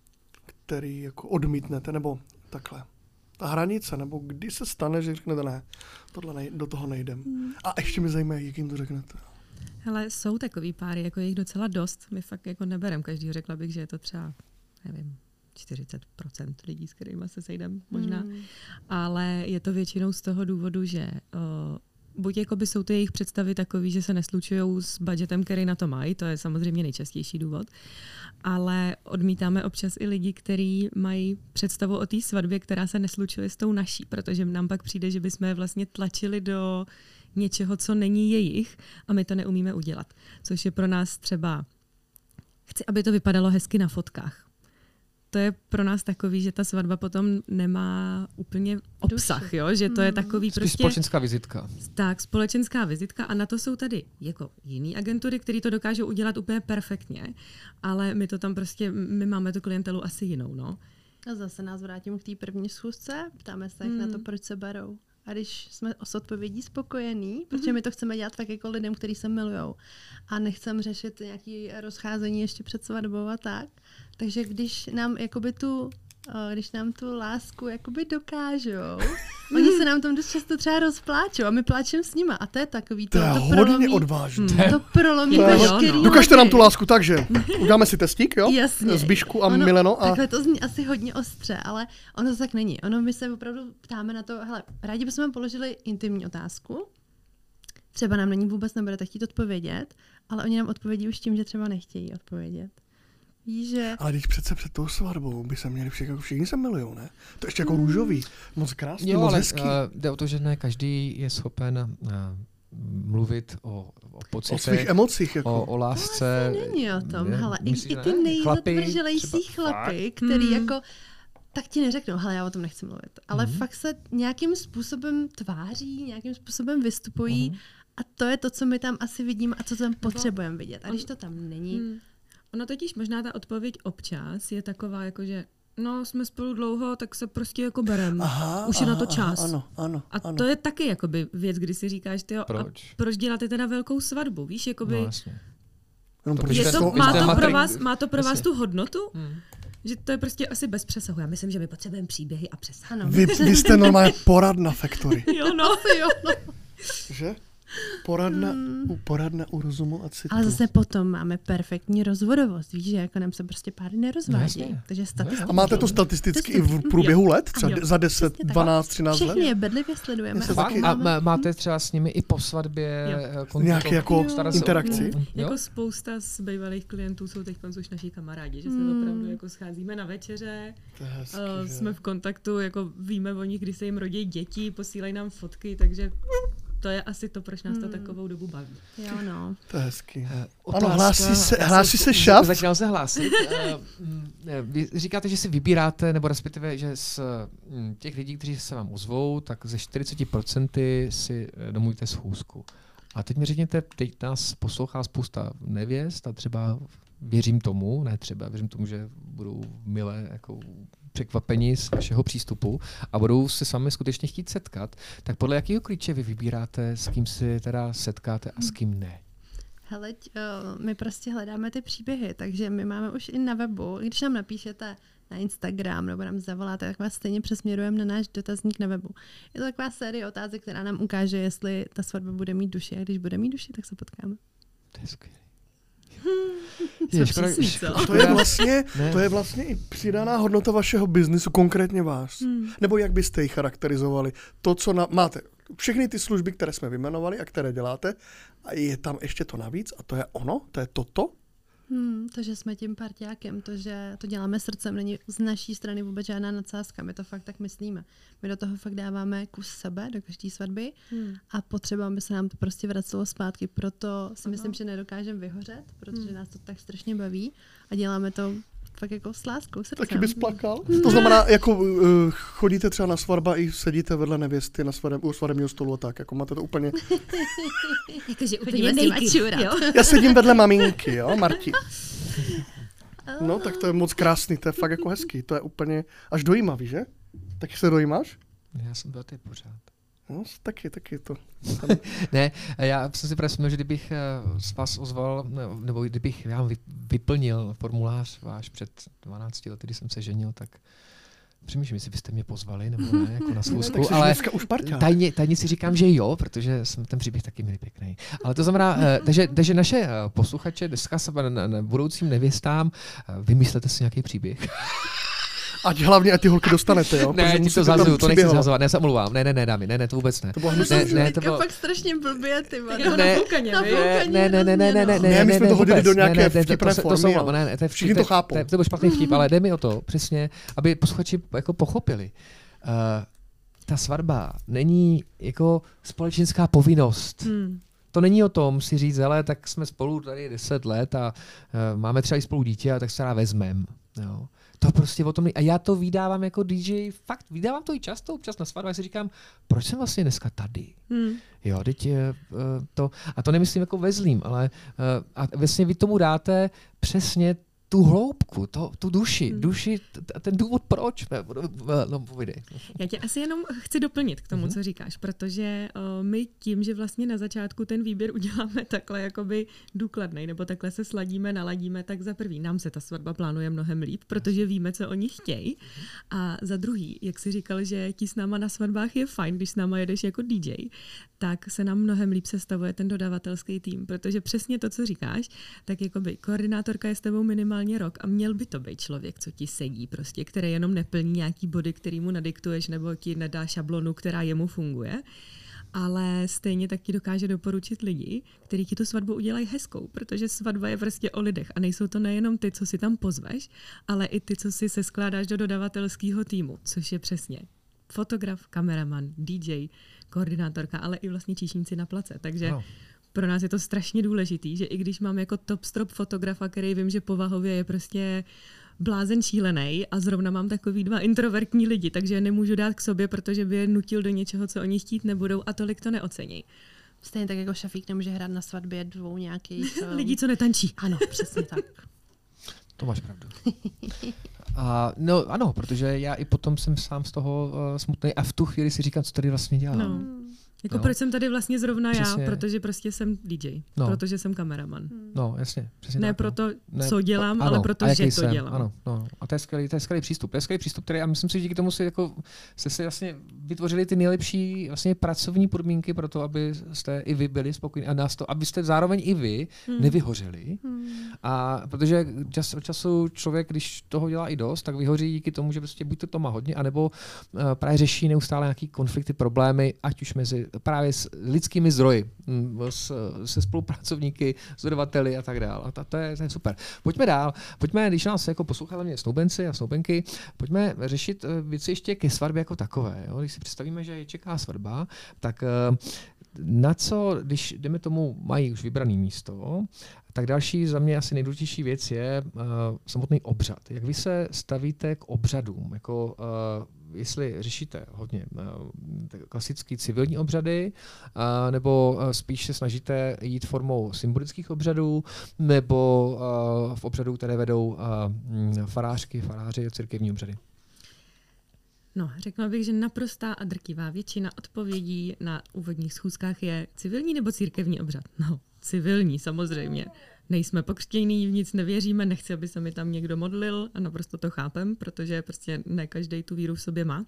který jako odmítnete, nebo takhle. Ta hranice, nebo kdy se stane, že řeknete ne, tohle nej, do toho nejdem. Hmm. A ještě mi zajímá, jak jim to řeknete. Hele, jsou takový páry, jako je jich docela dost. My fakt jako neberem každý, řekla bych, že je to třeba, nevím, čtyřicet procent lidí, s kterými se sejdem možná. Hmm. Ale je to většinou z toho důvodu, že uh, buď jakoby jsou ty jejich představy takový, že se neslučujou s budgetem, který na to mají, to je samozřejmě nejčastější důvod, ale odmítáme občas i lidi, kteří mají představu o té svatbě, která se neslučuje s tou naší, protože nám pak přijde, že bychom je vlastně tlačili do něčeho, co není jejich a my to neumíme udělat. Což je pro nás třeba, chci, aby to vypadalo hezky na fotkách. To je pro nás takový, že ta svatba potom nemá úplně obsah, jo? Že to je takový Spíš prostě... společenská vizitka. Tak, společenská vizitka a na to jsou tady jako jiný agentury, které to dokážou udělat úplně perfektně, ale my to tam prostě, my máme tu klientelu asi jinou, no. A zase nás vrátím k té první schůzce, ptáme se jich hmm. na to, proč se berou. A když jsme s odpovědí spokojení, protože my to chceme dělat tak jako lidem, kteří se milujou a nechceme řešit nějaké rozcházení ještě před svatbou a tak, takže když nám jakoby tu, když nám tu lásku jakoby dokážou, oni se nám tam dost často třeba rozpláčou a my pláčeme s nima a to je takový to, to je to hodně prolomí, odvážné. Hmm, to prolomí To je veškerý hodně- Dokažte nám tu lásku tak, že uděláme si testík, jo? Jasně. Zbyšku a Ono- Mileno a... Takhle to zní asi hodně ostře, ale ono to tak není. Ono my se opravdu ptáme na to, hele, rádi bychom vám položili intimní otázku, třeba nám na ní vůbec nebudete chtít odpovědět, ale oni nám odpovědí už tím, že třeba nechtějí odpovědět. Víš, že... Ale když přece před tou svatbou by se měli všichni, jako všichni se milujou, ne? To ještě jako růžový, moc krásný, Jo, moc ale hezký. uh, jde o to, že ne každý je schopen uh, mluvit o, o pocitech, O svých emocích, jako. o, o lásce. Není o tom, Ne, hele, i, myslíš, i ne? ty nejzatvrželejší Třeba- chlapy, který Hmm. jako tak ti neřeknou, hele, já o tom nechci mluvit. Ale Mhm. fakt se nějakým způsobem tváří, nějakým způsobem vystupují Mhm. a to je to, co my tam asi vidíme a co tam potřebujeme vidět. A když to tam není, Hmm. Ono totiž možná ta odpověď občas je taková, jako že no, jsme spolu dlouho, tak se prostě jako berem. Aha, Už je aha, na to čas. Aha, ano, ano, A ano. to je taky jakoby věc, kdy si říkáš, tyjo, Proč? a proč děláte teda velkou svatbu, víš, jakoby, No, jasně. Jenom to protože víš, je z to, toho- má, to je to pro matrik- vás, má to pro vás jasně. tu hodnotu, Hmm. že to je prostě asi bez přesahu. Já myslím, že my potřebujeme příběhy a přesah. ano. Vy, vy jste normálně poradna Factory, Jo, no. jo, no. že? Poradna, u, poradna u rozumu a citu. Ale zase potom máme perfektní rozvodovost. Víš, že jako nám se prostě páry No, nerozvádí. jasně. Takže statisticky. A máte to statisticky i v průběhu let? Třeba Jo. za deset, Přesně tak. dvanáct, třináct let? Všechny je bedlivě sledujeme. Já se a taky- A máme- má- máte třeba s nimi i po svatbě Jo. eh, kontakt- Nějaký jako starat se o- interakci? Jo? Jako spousta z bývalých klientů jsou teď už naši kamarádi, že se Hmm. opravdu jako scházíme na večeře, To je hezký, uh, že? jsme v kontaktu, jako víme o nich, kdy se jim rodí děti, posílají nám fotky, takže to je asi to, proč nás to Hmm. takovou dobu baví. Jo, no. To je hezký. Eh, Ano, hlásí se- já hlásí jsem- se šav? Začínal se hlásit. Eh, mm, eh, Vy říkáte, že si vybíráte, nebo respektive, že z mm, těch lidí, kteří se vám ozvou, tak ze čtyřicet procent si eh, domluvíte schůzku. A teď mi řekněte, teď nás poslouchá spousta nevěst a třeba věřím tomu, ne třeba, věřím tomu, že budou milé jako překvapení z vašeho přístupu a budou se s vámi skutečně chtít setkat, tak podle jakého klíče vy vybíráte, s kým si teda setkáte a s kým ne? Hele, uh, my prostě hledáme ty příběhy, takže my máme už i na webu, když nám napíšete na Instagram nebo nám zavoláte, tak vás stejně přesměrujeme na náš dotazník na webu. Je to taková série otázek, která nám ukáže, jestli ta svatba bude mít duši a když bude mít duši, tak se potkáme. To je skvělé. Jsme přísní, co? A to je vlastně, Ne. to je vlastně i přidaná hodnota vašeho biznisu, konkrétně vás. Hmm. Nebo jak byste ji charakterizovali? To, co na, máte, všechny ty služby, které jsme vyjmenovali a které děláte, a je tam ještě to navíc a to je ono? To je toto? Hmm, to, že jsme tím parťákem, to, že to děláme srdcem, není z naší strany vůbec žádná nadsázka, my to fakt tak myslíme. My do toho fakt dáváme kus sebe, do každé svatby Hmm. a potřebujeme, aby se nám to prostě vracelo zpátky. Proto si Aha. myslím, že nedokážeme vyhořet, protože Hmm. nás to tak strašně baví a děláme to fakt jako s láskou srdcem. Taky bys plakal? To znamená, jako uh, chodíte třeba na svatba i sedíte vedle nevěsty na svadeb, u svadebního stolu a tak, jako máte to úplně... Jakože úplně Chodíme si mačurat. Já sedím vedle maminky, jo, Marti. No, tak to je moc krásný, to je fakt jako hezký, to je úplně až dojímavý, že? Taky se dojímáš? Já jsem byl ty pořád. No, taky, taky to. Ne, já jsem si právě vzpomněl, že kdybych z vás ozval, nebo kdybych já vyplnil formulář váš před dvanácti lety, kdy jsem se ženil, tak přemýšlím, jestli byste mě pozvali, nebo ne, jako na schůzku, ale tajně, tajně si říkám, že jo, protože jsem ten příběh taky měli pěkný. Ale to znamená, takže, takže naše posluchače dneska se na, na budoucím nevěstám, vymyslete si nějaký příběh. Ať hlavně, ať ty holky dostanete, jo? Ne, ti to zazuju, to nechci zazovat, ne, se omluvám, ne, ne, ne, dámy, ne, ne, to vůbec ne. To bylo hnusné, ne, ne, to bylo... fakt strašně blbě, ty vole. Jako na půlkaně, na ne, ne, ne, ne, ne, ne, ne, ne, my jsme to hodili do nějaké vtipné formy, to ne, ne, to je všichni to chápou. To byl špatný vtip, ale jde mi o to, přesně, aby posluchači jako pochopili. Ta svatba není jako společenská povinnost. To není o tom si říct, hele, tak jsme spolu tady deset let a uh, máme třeba i spolu dítě, a tak se rád vezmem. Jo. To prostě o tom není. A já to vydávám jako D J, fakt, vydávám to i často, občas na svatbách si říkám, proč jsem vlastně dneska tady? Hmm. Jo, teď uh, to, a to nemyslím jako ve zlým, ale uh, a vlastně vy tomu dáte přesně tu hloubku, to, tu duši, hmm. duši, t- ten důvod proč. No, povídej. Já tě asi jenom chci doplnit k tomu, hmm. co říkáš, protože uh, my tím, že vlastně na začátku ten výběr uděláme takhle jakoby důkladnej, nebo takhle se sladíme, naladíme, tak za prvý nám se ta svatba plánuje mnohem líp, protože víme, co oni chtějí. A za druhý, jak jsi říkal, že ti s náma na svatbách je fajn, když s náma jedeš jako D J, tak se nám mnohem líp sestavuje ten dodavatelský tým, protože přesně to, co říkáš, tak jakoby koordinátorka je s tebou minimálně rok a měl by to být člověk, co ti sedí prostě, který jenom neplní nějaký body, který mu nadiktuješ, nebo ti nedá šablonu, která jemu funguje, ale stejně tak ti dokáže doporučit lidi, kteří ti tu svatbu udělají hezkou, protože svatba je prostě o lidech a nejsou to nejenom ty, co si tam pozveš, ale i ty, co si se skládáš do dodavatelského týmu, což je přesně fotograf, kameraman, D J, koordinátorka, ale i vlastně číšníci na place. Takže no. Pro nás je to strašně důležitý, že i když mám jako top strop fotografa, který vím, že povahově je prostě blázen šílenej a zrovna mám takový dva introvertní lidi, takže je nemůžu dát k sobě, protože by je nutil do něčeho, co oni chtít nebudou a tolik to neocení. Stejně tak jako šafík nemůže hrát na svatbě dvou nějakých... Um... lidí, co netančí. Ano, přesně tak. To máš pravdu. A, no ano, protože já i potom jsem sám z toho uh, smutný a v tu chvíli si říkám, co tady vlastně dělám. No. Jako no. Proč jsem tady vlastně zrovna přesně. Já, protože prostě jsem D J, no. Protože jsem kameraman. No, jasně. Ne tak, proto, ne, co dělám, ano, ale proto, že to jsem, dělám. Ano, no. A to je skvělý, to je skvělý přístup. To je skvělý přístup, který, a myslím si, že díky tomu si jako, jste si vlastně vytvořili ty nejlepší vlastně pracovní podmínky pro to, aby jste i vy byli spokojení a nás to, abyste zároveň i vy hmm. nevyhořeli. Hmm. A protože čas od času člověk, když toho dělá i dost, tak vyhoří díky tomu, že prostě buď to, to má hodně, anebo uh, právě řeší neustále nějaký konflikty, problémy, ať už mezi právě s lidskými zdroji, s, se spolupracovníky, s dodavateli a tak dále. A to, to, je, to je super. Pojďme dál. Pojďme, když nás jako poslouchali mě snoubenci a snoubenky, pojďme řešit věci ještě ke svatbě jako takové. Jo? Když si představíme, že je čeká svatba, tak na co, když jdeme tomu, mají už vybrané místo, tak další za mě asi nejdůležitější věc je uh, samotný obřad. Jak vy se stavíte k obřadům? Jako, uh, jestli řešíte hodně uh, klasický civilní obřady, uh, nebo uh, spíš se snažíte jít formou symbolických obřadů, nebo uh, v obřadů, které vedou uh, farářky, faráři a církevní obřady? No, řekla bych, že naprostá a drtivá většina odpovědí na úvodních schůzkách je civilní nebo církevní obřad. No, civilní samozřejmě. Nejsme pokřtění, v nic nevěříme, nechci, aby se mi tam někdo modlil a naprosto to chápem, protože prostě ne každý tu víru v sobě má.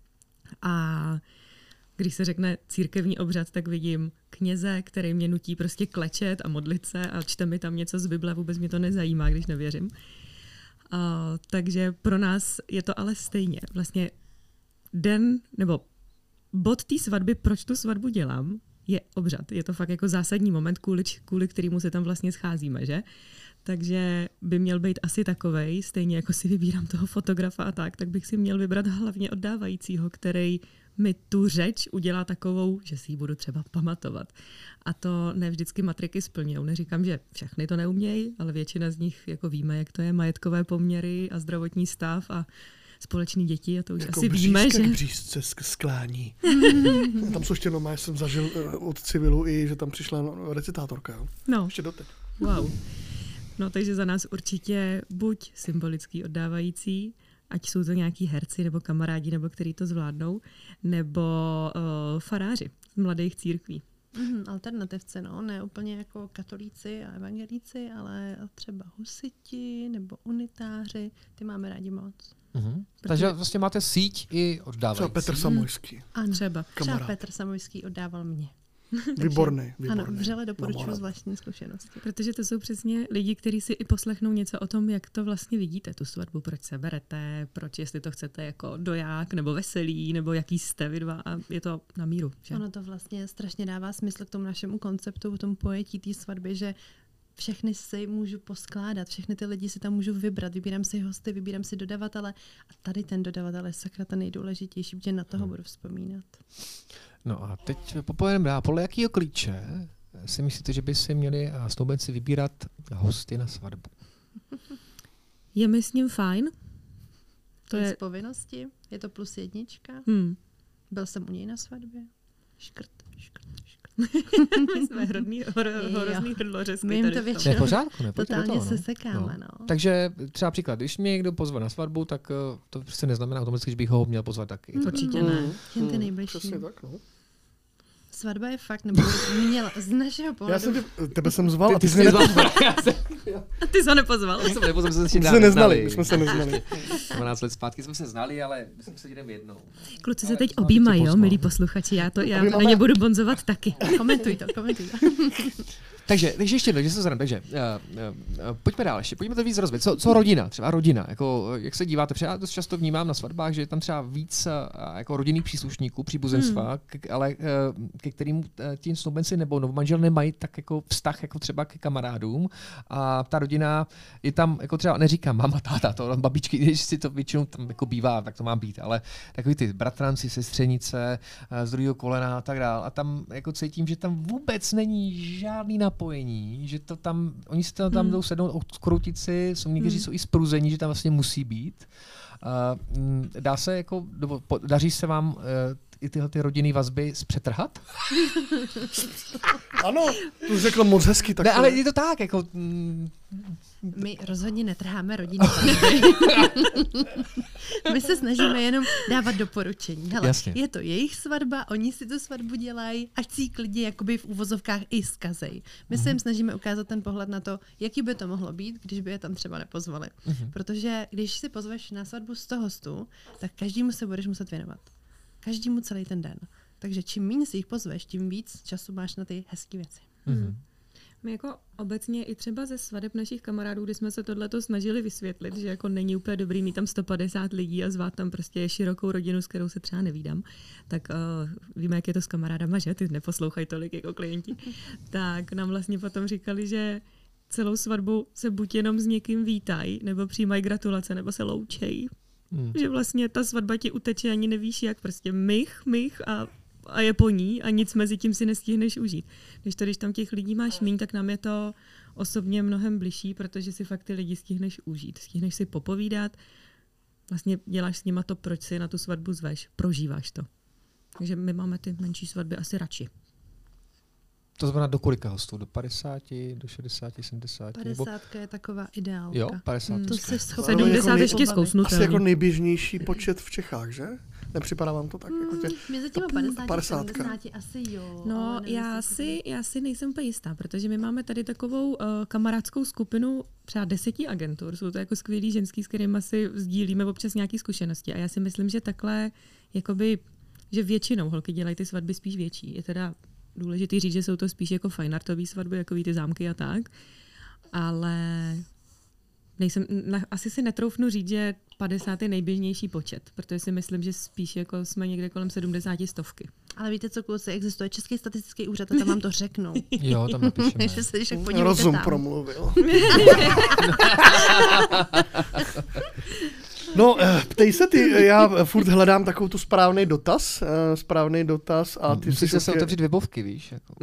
A když se řekne církevní obřad, tak vidím kněze, který mě nutí prostě klečet a modlit se a čte mi tam něco z Bible, vůbec mě to nezajímá, když nevěřím. A, takže pro nás je to ale stejně. Vlastně den, nebo bod té svatby, proč tu svatbu dělám, je obřad. Je to fakt jako zásadní moment, kvůli, kvůli kterému se tam vlastně scházíme, že? takže by měl být asi takovej, stejně jako si vybírám toho fotografa a tak, tak bych si měl vybrat hlavně oddávajícího, který mi tu řeč udělá takovou, že si ji budu třeba pamatovat. A to ne vždycky matriky splňují. Neříkám, že všechny to neumějí, ale většina z nich jako víme, jak to je, majetkové poměry a zdravotní stav a společný děti a to už jako asi víme, že... břízce sklání. Tam jsou ještě no, já jsem zažil uh, od civilu i, že tam přišla no, recitátorka. Jo? No. Ještě doteď. Wow. No takže za nás určitě buď symbolický oddávající, ať jsou to nějaký herci nebo kamarádi, nebo který to zvládnou, nebo uh, faráři z mladých církví. Mm, alternativci, no, ne úplně jako katolíci a evangelíci, ale třeba husiti nebo unitáři, ty máme rádi moc. Mm-hmm. Takže vlastně máte síť i oddávající. Třeba Petr Samojský. Ano, třeba. třeba Kamarád. Petr Samojský oddával mě. Výborný, výborný. Ano, vřele doporučuji z vlastní zkušenosti. Protože to jsou přesně lidi, kteří si i poslechnou něco o tom, jak to vlastně vidíte, tu svatbu, proč se berete, proč, jestli to chcete jako doják, nebo veselý, nebo jaký jste vy dva a je to na míru. Že? Ono to vlastně strašně dává smysl k tomu našemu konceptu, k tomu pojetí té svatby, že všechny si můžu poskládat, všechny ty lidi si tam můžu vybrat, vybírám si hosty, vybírám si dodavatele a tady ten dodavatel je sakra ten nejdůležitější, protože na toho hmm. budu vzpomínat. No a teď popojedeme dál. Podle jakého klíče si myslíte, že by si měli snoubenci vybírat hosty na svatbu? Je mi s ním fajn. To je z povinnosti, je to plus jednička. Hmm. Byl jsem u něj na svatbě. Škrt, škrt, škrt. My jsme hrozný, hor, hrozný hrdlořezky. My jim to většinou ne, pořádku, ne, totálně to, se no. sekáme. No. No. Takže třeba příklad, když mě někdo pozve na svatbu, tak to prostě neznamená automaticky, že bych ho měl pozvat taky. Mm, Určitě ne. Jen ty nejbližší. Přesně tak, no. Svatba je fakt, nebo měla z našeho pohledu. Já jsem tě, tebe jsem zval ty, a ty, ty jsi mě nepozval. A ty jsi ho nepozval. Já jsem nepozval, my jsme se My se neznali, my jsme se neznali. dvanáct let zpátky jsme se znali, ale my jsme se jdeme jednou. Kluci se teď objímají, jo, milí posluchači, já to já na ně budu bonzovat taky. Komentuj to, komentuj to. Takže, takže ještě jedno, že se zhrám, takže uh, uh, pojďme dál ještě, pojďme to víc rozvět. Co, co rodina, třeba rodina, jako, jak se díváte, protože já dost často vnímám na svatbách, že je tam třeba víc uh, jako rodinných příslušníků, příbuzenstva, hmm. k, ale uh, ke kterým uh, tím snoubenci nebo novomanžel nemají tak jako vztah jako třeba ke kamarádům a ta rodina je tam, jako třeba neříkám mama, táta, to babičky, když si to většinou tam jako bývá, tak to má být, ale takový ty bratranci, sestřenice, uh, z druhého kolena a tak dál a tam jako cítím, že tam vůbec není žádný napojení, že to tam, oni si to tam hmm. jdou sednout, odkroutit si, jsou někteří hmm. jsou i spruzení, že tam vlastně musí být. Uh, dá se jako, nebo daří se vám uh, i tyhle ty rodinné vazby zpřetrhat? Ano, to řekl moc hezky. Tak ne, ale je to tak, jako... Mm, my rozhodně netrháme rodinné vazby. My se snažíme jenom dávat doporučení. Hele, je to jejich svatba, oni si tu svatbu dělají, ať si ji klidně jakoby v úvozovkách i zkazej. My mm-hmm. se jim snažíme ukázat ten pohled na to, jaký by to mohlo být, když by je tam třeba nepozvali. Mm-hmm. Protože když si pozveš na svatbu sto hostů, tak každému se budeš muset věnovat. Každému celý ten den. Takže čím méně si jich pozveš, tím víc času máš na ty hezké věci. Mm-hmm. My jako obecně i třeba ze svadeb našich kamarádů, kdy jsme se tohleto snažili vysvětlit, že jako není úplně dobrý mít tam sto padesát lidí a zvát tam prostě širokou rodinu, s kterou se třeba nevídám, tak uh, víme, jak je to s kamarádama, že? Ty neposlouchají tolik jako klienti. Tak nám vlastně potom říkali, že celou svatbu se buď jenom s někým vítají, nebo přijímají gratulace, nebo se loučejí. Hmm. Že vlastně ta svatba ti uteče, ani nevíš jak, prostě mych, mych a, a je po ní a nic mezi tím si nestihneš užít. Když to, když tam těch lidí máš míň, tak nám je to osobně mnohem bližší, protože si fakt ty lidi stihneš užít. Stihneš si popovídat, vlastně děláš s nima to, proč si na tu svatbu zveš, prožíváš to. Takže my máme ty menší svatby asi radši. To znamená do kolika hostů? Do padesáti, do šedesáti, sedmdesáti? padesátka je taková ideálka. Jo, padesát. Hmm. To se schopný. sedmdesát jako ještě zkousnutelný. Asi jako nejběžnější počet v Čechách, že? Nepřipadá vám to tak? Hmm, jako tě... Mezi těma padesáti, sedmdesáti asi jo. No, já si, já si nejsem úplně jistá, protože my máme tady takovou uh, kamarádskou skupinu třeba deseti agentur. Jsou to jako skvělí ženský, s kterými si sdílíme občas nějaké zkušenosti. A já si myslím, že takhle, jakoby, že většinou holky dělají ty svatby spíš větší. Je teda důležitý říct, že jsou to spíš jako fajnartový svatby, jako ty zámky a tak. Ale nejsem, na, asi si netroufnu říct, že padesát je nejběžnější počet, protože si myslím, že spíš jako jsme někde kolem sedmdesát stovky. Ale víte co, kluci, existuje Český statistický úřad a tam vám to řeknou. Jo, tam napíšeme. Takže se když tak podívejte Rozum tam. promluvil. No, ptej se ty, já furt hledám takovou tu správný dotaz, správný dotaz a ty Musíš jsi se otevřít webovky, víš. Jako.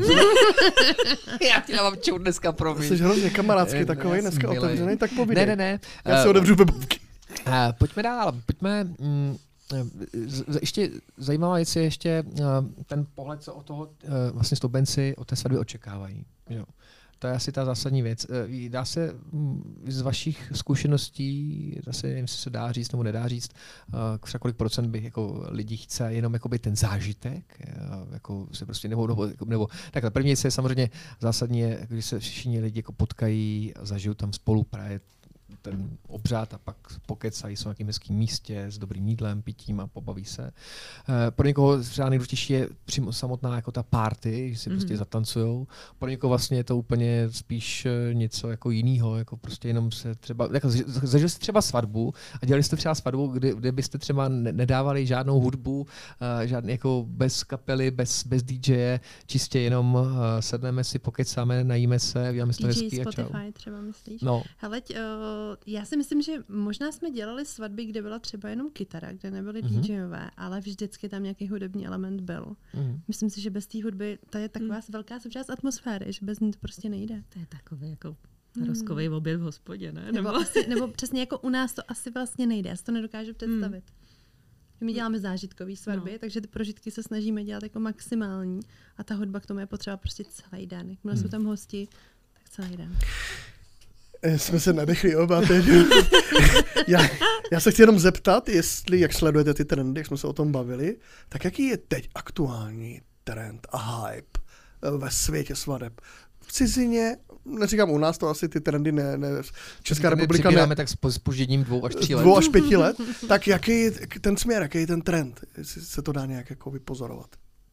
Já ti dávám čou dneska, promiň. Jsi hrozně kamarádský Ne, takový, já dneska jsem milej. otevřený, tak povídej. Ne, ne, ne. Já si Uh, otevřu webovky. uh, pojďme dál, pojďme... Mm, z- z- ještě zajímavá věc je ještě uh, ten pohled, co od toho uh, vlastně stoupenci od té svatby očekávají. Jo. To je asi ta zásadní věc. Uh, Dá se mm, z vašich zkušeností, zase nevím, jestli se dá říct nebo nedá říct, uh, třeba kolik procent bych jako lidí chce jenom jakoby ten zážitek, uh, jako se prostě nebo, nebo, nebo takhle. První věc je samozřejmě zásadní, je, když se všichni lidi jako potkají a zažijou tam spolu právě ten obřád a pak pokecají, jsou na nějakém hezkém místě s dobrým jídlem, pitím a pobaví se. E, pro někoho třeba nejdůležitější je přímo samotná jako ta party, že si mm-hmm. prostě zatancujou. Pro někoho vlastně je to úplně spíš něco jako jiného, jako prostě jenom se třeba, jako zažili jste třeba svatbu a dělali jste třeba svatbu, kde, kde byste třeba nedávali žádnou hudbu, uh, žádný jako bez kapely, bez, bez DJe, čistě jenom uh, sedneme si, pokecáme, najíme se, děláme si to hezký a čau. Spotify třeba myslíš? No. Heleď, uh, já si myslím, že možná jsme dělali svatby, kde byla třeba jenom kytara, kde nebyly mm-hmm. DJové, ale vždycky tam nějaký hudební element byl. Mm-hmm. Myslím si, že bez té hudby to je taková mm. velká součást atmosféry, že bez ní to prostě nejde. To je takový jako rozkový mm. oběd v hospodě, ne? Nebo, nebo, asi, nebo přesně jako u nás to asi vlastně nejde, já si to nedokážu představit. Mm. My děláme zážitkový svatby, no. takže ty prožitky se snažíme dělat jako maximální a ta hudba k tomu je potřeba prostě celý den. Jakmile mm. jsou tam hosti, tak celý den. Jsme se nadechli oba teď. já, já se chci jenom zeptat, jestli, jak sledujete ty trendy, jak jsme se o tom bavili, tak jaký je teď aktuální trend a hype ve světě svadeb? V cizině, neříkám u nás, to asi ty trendy ne, ne Česká My republika ne. tak s zpožděním dvou až tří let. Dvou až pěti let. Tak jaký je ten směr, jaký je ten trend? Jestli se to dá nějak jako vypozorovat?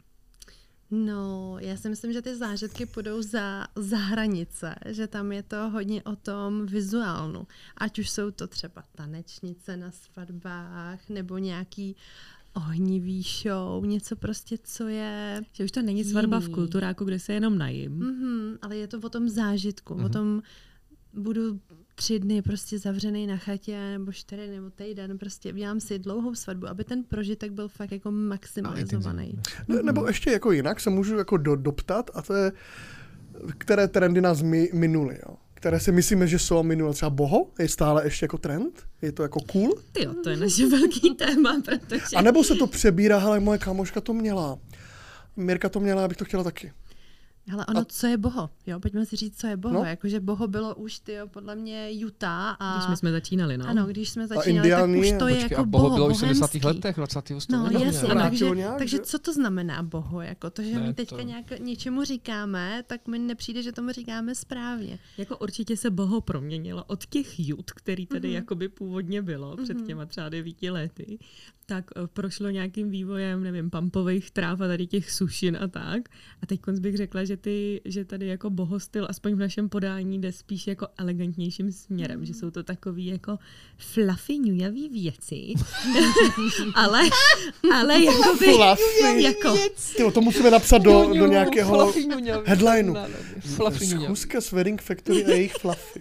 No, já si myslím, že ty zážitky půjdou za, za hranice, že tam je to hodně o tom vizuálnu. Ať už jsou to třeba tanečnice na svatbách, nebo nějaký ohnivý show, něco prostě, co je že už to není svatba v kulturáku, kde se jenom najím. Mm-hmm, ale je to o tom zážitku, mm-hmm. o tom budu tři dny prostě zavřený na chatě, nebo čtyři, nebo týden, prostě udělám si dlouhou svatbu, aby ten prožitek byl fakt jako maximalizovaný. Ne, nebo ještě jako jinak se můžu jako do, doptat, a to je, které trendy nás mi, minuly, jo? Které si myslíme, že jsou minulé. Třeba boho je stále ještě jako trend? Je to jako cool? Tyjo, to je naše velký téma, protože... A nebo se to přebírá, hele, moje kámoška to měla. Mirka to měla, abych to chtěla taky. Hele, ono, a... co je boho? Jo, pojďme si říct, co je boho. No. Jakože boho bylo už, tyjo, podle mě Utah. A... Když my jsme začínali, no. Ano, když jsme začínali, tak už to je Počkej, jako a boho boho, bylo už v bohemský. sedmdesátých letech, dvacátého století. No jasně, takže, nějak, takže že? co to znamená boho? Jako to, že Ne, my teďka to... nějak něčemu říkáme, tak mi nepřijde, že tomu říkáme správně. Jako určitě se boho proměnilo od těch jut, který tady mm-hmm. jakoby původně bylo mm-hmm. před těma třeba devíti lety, tak uh, prošlo nějakým vývojem, nevím, pampových tráv a tady těch sušin a tak. A teď bych řekla, že, ty, že tady jako bohostyl, aspoň v našem podání, jde spíš jako elegantnějším směrem, mm. že jsou to takový jako fluffy, ňujavý věci. ale, ale jakoby... Fluffy jako, Tyjo, to musíme napsat do, do nějakého headlineu. Fluffy Schůzka s Wedding Factory a jejich fluffy.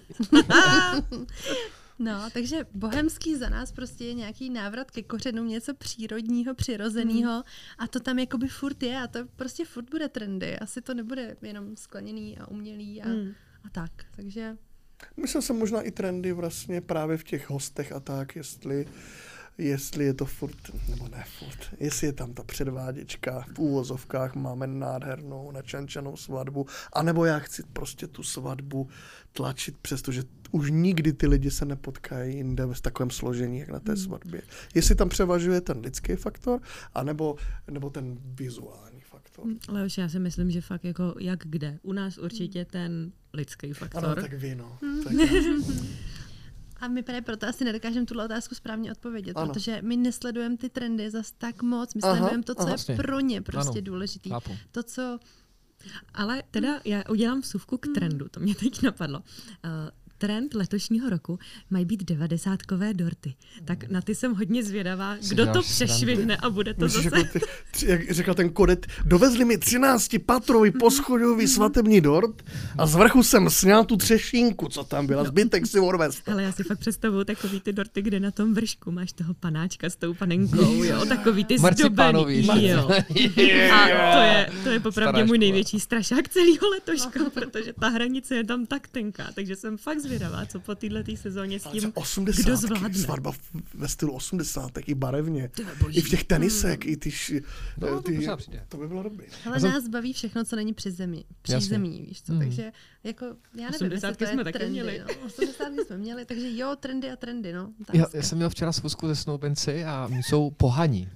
No, takže bohemský za nás prostě je nějaký návrat ke kořenům, něco přírodního, přirozeného mm. a to tam jakoby furt je a to prostě furt bude trendy. Asi to nebude jenom skleněný a umělý a, mm. a tak. Takže... Myslím se možná i trendy vlastně právě v těch hostech a tak, jestli jestli je to furt, nebo ne furt, jestli je tam ta předváděčka, v úvozovkách máme nádhernou, načančanou svatbu, anebo já chci prostě tu svatbu tlačit, přestože už nikdy ty lidi se nepotkají jinde v takovém složení, jak na té svatbě. Jestli tam převažuje ten lidský faktor, anebo nebo ten vizuální faktor. Ale už já si myslím, že fakt jako jak kde. U nás určitě ten lidský faktor. Ano, tak víno. Tak A my právě proto asi nedokážeme tuhle otázku správně odpovědět, ano. protože my nesledujeme ty trendy zas tak moc, my Aha, sledujeme to, co aha. je pro ně prostě Ano, důležitý. chápu. To, co... Ale teda já udělám vsuvku k trendu, to mě teď napadlo. Uh, trend letošního roku mají být devadesátkové dorty. Tak na ty jsem hodně zvědavá, kdo to přešvihne a bude to Myslíš, zase... jako ty, tři, jak řekl ten kodet, dovezli mi třináctipatrový poschodový svatební dort a z vrchu jsem sněl tu třešínku, co tam byla, zbytek si odvést. Ale já si fakt představuju takový ty dorty, kde na tom vršku máš toho panáčka s tou panenkou, jo, takový ty zdobený. Jo. A to je, to je popravdě můj největší strašák celého letoška, protože ta hranice je tam tak tenká, takže jsem fakt zvědavá, co po této sezóně s tím, kdo zvládne. Svatba ve stylu osmdesátek, i barevně, i v těch tenisek, mm. i ty, no, ty to, to by bylo dobré. Ale jsem... nás baví všechno, co není při zemi, přízemí, víš co, mm. takže jako, já nevím, jestli to je jsme taky trendy, měli. no. osmdesátky jsme měli, takže jo, trendy a trendy, no. Já, já jsem měl včera schůzku se snoubenci a jsou pohaní.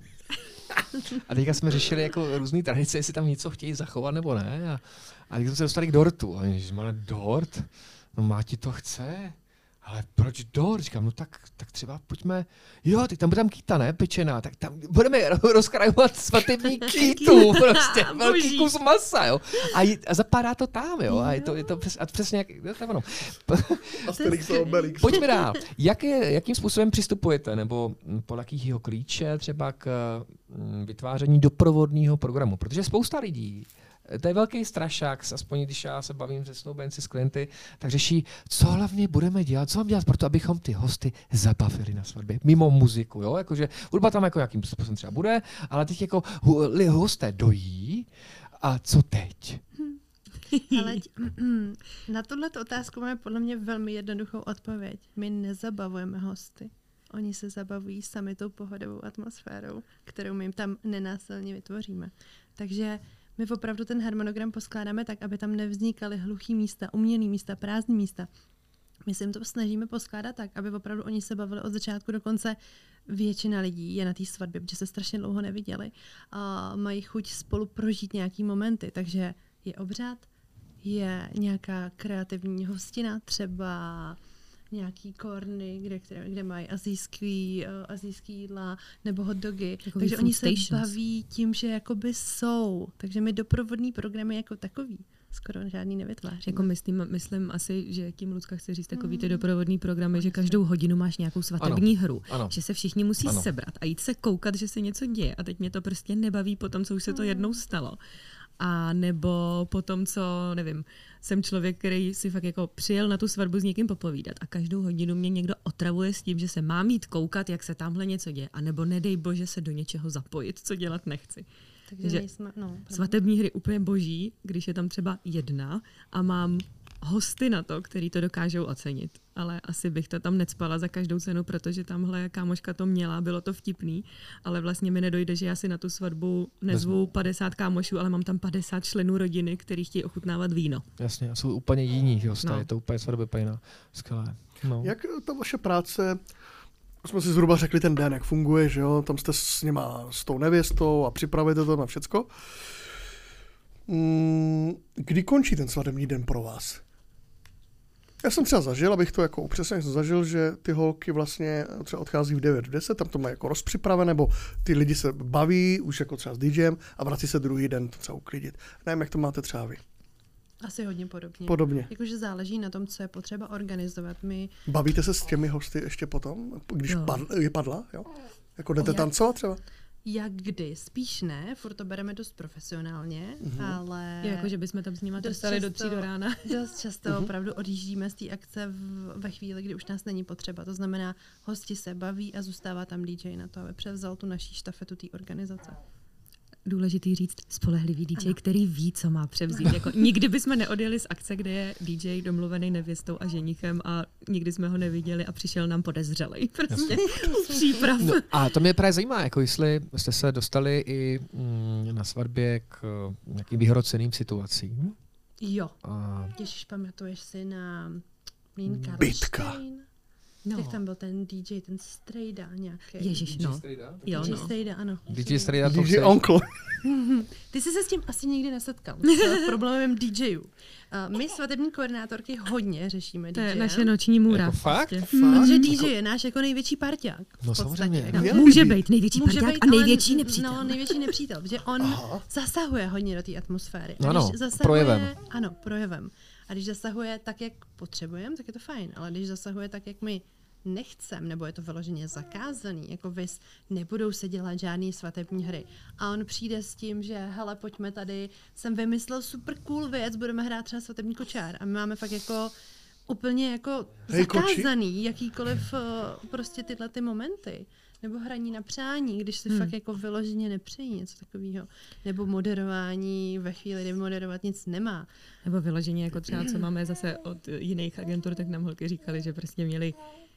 A teďka jsme řešili jako různý tradice, jestli tam něco chtějí zachovat nebo ne. A, a teď jsme se dostali k dortu. A ježišmarja, dort? No Máti to chce. Ale proč dort? Říkám, no tak, tak třeba pojďme, jo, teď tam bude tam kýta, ne, pečená, tak tam budeme rozkrajovat svatební kýtu, prostě, velký kus masa, jo. A, j, a zapadá to tam, jo, a je to, je to přes, a přesně jak, jo, tak ono. Pojďme dál. Jak je, jakým způsobem přistupujete, nebo podle jakého klíče třeba k vytváření doprovodného programu, protože spousta lidí, to je velký strašák, aspoň když já se bavím se snoubenci, s klienty, tak řeší, co hlavně budeme dělat, co mám dělat pro to, abychom ty hosty zabavili na svatbě, mimo muziku, jo, jakože hudba tam jako jakým způsobem třeba bude, ale teď jako hosté dojí a co teď? Ale na tuhle otázku máme podle mě velmi jednoduchou odpověď. My nezabavujeme hosty. Oni se zabavují sami tou pohodovou atmosférou, kterou my jim tam nenásilně vytvoříme. Takže my opravdu ten harmonogram poskládáme tak, aby tam nevznikaly hluchý místa, umělý místa, prázdný místa. My se jim to snažíme poskládat tak, aby opravdu oni se bavili od začátku do konce. Většina lidí je na té svatbě, protože se strašně dlouho neviděli a mají chuť spolu prožít nějaký momenty, takže je obřad, je nějaká kreativní hostina, třeba nějaký korny, kde, které, kde mají asijský, uh, asijský jídla nebo hot dogy. Takový takže oni stations. se baví tím, že jakoby jsou. Takže my doprovodný programy jako takový skoro žádný nevytváříme. Jako myslím, myslím asi, že tím Lucka chce říct takový ty doprovodný programy, že každou hodinu máš nějakou svatební ano, hru, ano. že se všichni musí ano. sebrat a jít se koukat, že se něco děje a teď mě to prostě nebaví po tom, co už se to jednou stalo. A nebo potom, co, nevím, jsem člověk, který si fakt jako přijel na tu svatbu s někým popovídat a každou hodinu mě někdo otravuje s tím, že se mám jít koukat, jak se tamhle něco děje, a nebo nedej bože se do něčeho zapojit, co dělat nechci. Takže jsme, no, svatební hry úplně boží, když je tam třeba jedna a mám hosty na to, který to dokážou ocenit. Ale asi bych to tam necpala za každou cenu, protože tamhle kámoška to měla, bylo to vtipný, ale vlastně mi nedojde, že já si na tu svatbu nezvu padesát kámošů, ale mám tam padesát členů rodiny, který chtějí ochutnávat víno. Jasně, a jsou úplně jiní hosté, no. Je to úplně svatbepejná. Skvělé. No. Jak ta vaše práce, jsme si zhruba řekli ten den, jak funguje, že jo, tam jste s nima, s tou nevěstou a připravíte to na všecko. Kdy končí ten svatební den pro vás? Já jsem třeba zažil, abych to jako upřesně zažil, že ty holky vlastně třeba odchází v devět, v deset, tam to mají jako rozpřipravené, nebo ty lidi se baví už jako třeba s DJem a vrací se druhý den to třeba uklidit. Nevím, jak to máte třeba vy. Asi hodně podobně. Podobně. Jakože záleží na tom, co je potřeba organizovat. My... Bavíte se s těmi hosty ještě potom, když padl, je padla? Jo? Jako jdete Jak? tancovat třeba? Jak kdy? Spíš ne, furt to bereme dost profesionálně, mm-hmm. ale... Jako, že bychom tam s nimi dostali do tří do rána. Dost často mm-hmm. opravdu odjíždíme z té akce v, ve chvíli, kdy už nás není potřeba. To znamená, hosti se baví a zůstává tam D J na to, aby převzal tu naší štafetu té organizace. Důležitý říct spolehlivý D J, ano. Který ví, co má převzít. Jako, nikdy bychom neodjeli z akce, kde je D J domluvený nevěstou a ženichem a nikdy jsme ho neviděli a přišel nám podezřelej. Prostě příprav. No, a to mě právě zajímá, jako jestli jste se dostali i mm, na svatbě k uh, nějakým vyhroceným situacím. Jo. A... Ježiš, pamatuješ si na Mlín Bitka. Karlštejn? No. Tak tam byl ten D J, ten Strejda nějaký. Ježiš, no. Jo, D J no. Strejda, ano. D J Strejda, to D J Onkel. Ty jsi se s tím asi nikdy nesetkal. S problémem D Jů. Uh, my svatební koordinátorky hodně řešíme D J. To je naše noční můra. Jako fakt? Prostě. Protože D J je náš jako největší parťák. No samozřejmě. Jako, může být největší může parťák být, a největší nepřítel. No, největší nepřítel, protože on Aha. zasahuje hodně do té atmosféry. No, no, zasahuje, projevem. Ano, projevem. A když zasahuje tak, jak potřebujeme, tak je to fajn. Ale když zasahuje tak, jak my nechcem, nebo je to vyloženě zakázaný, jako vys, nebudou se dělat žádný svatební hry. A on přijde s tím, že hele, pojďme tady, jsem vymyslel super cool věc, budeme hrát třeba svatební kočár. A my máme fakt jako úplně jako Hej, zakázaný koči? jakýkoliv uh, prostě tyhle ty momenty. Nebo hraní na přání, když si Hmm. fakt jako vyloženě nepřejí něco takového. Nebo moderování ve chvíli, kdy moderovat nic nemá. Nebo vyloženě, jako třeba, co máme zase od jiných agentur, tak nám holky říkali, že prostě měli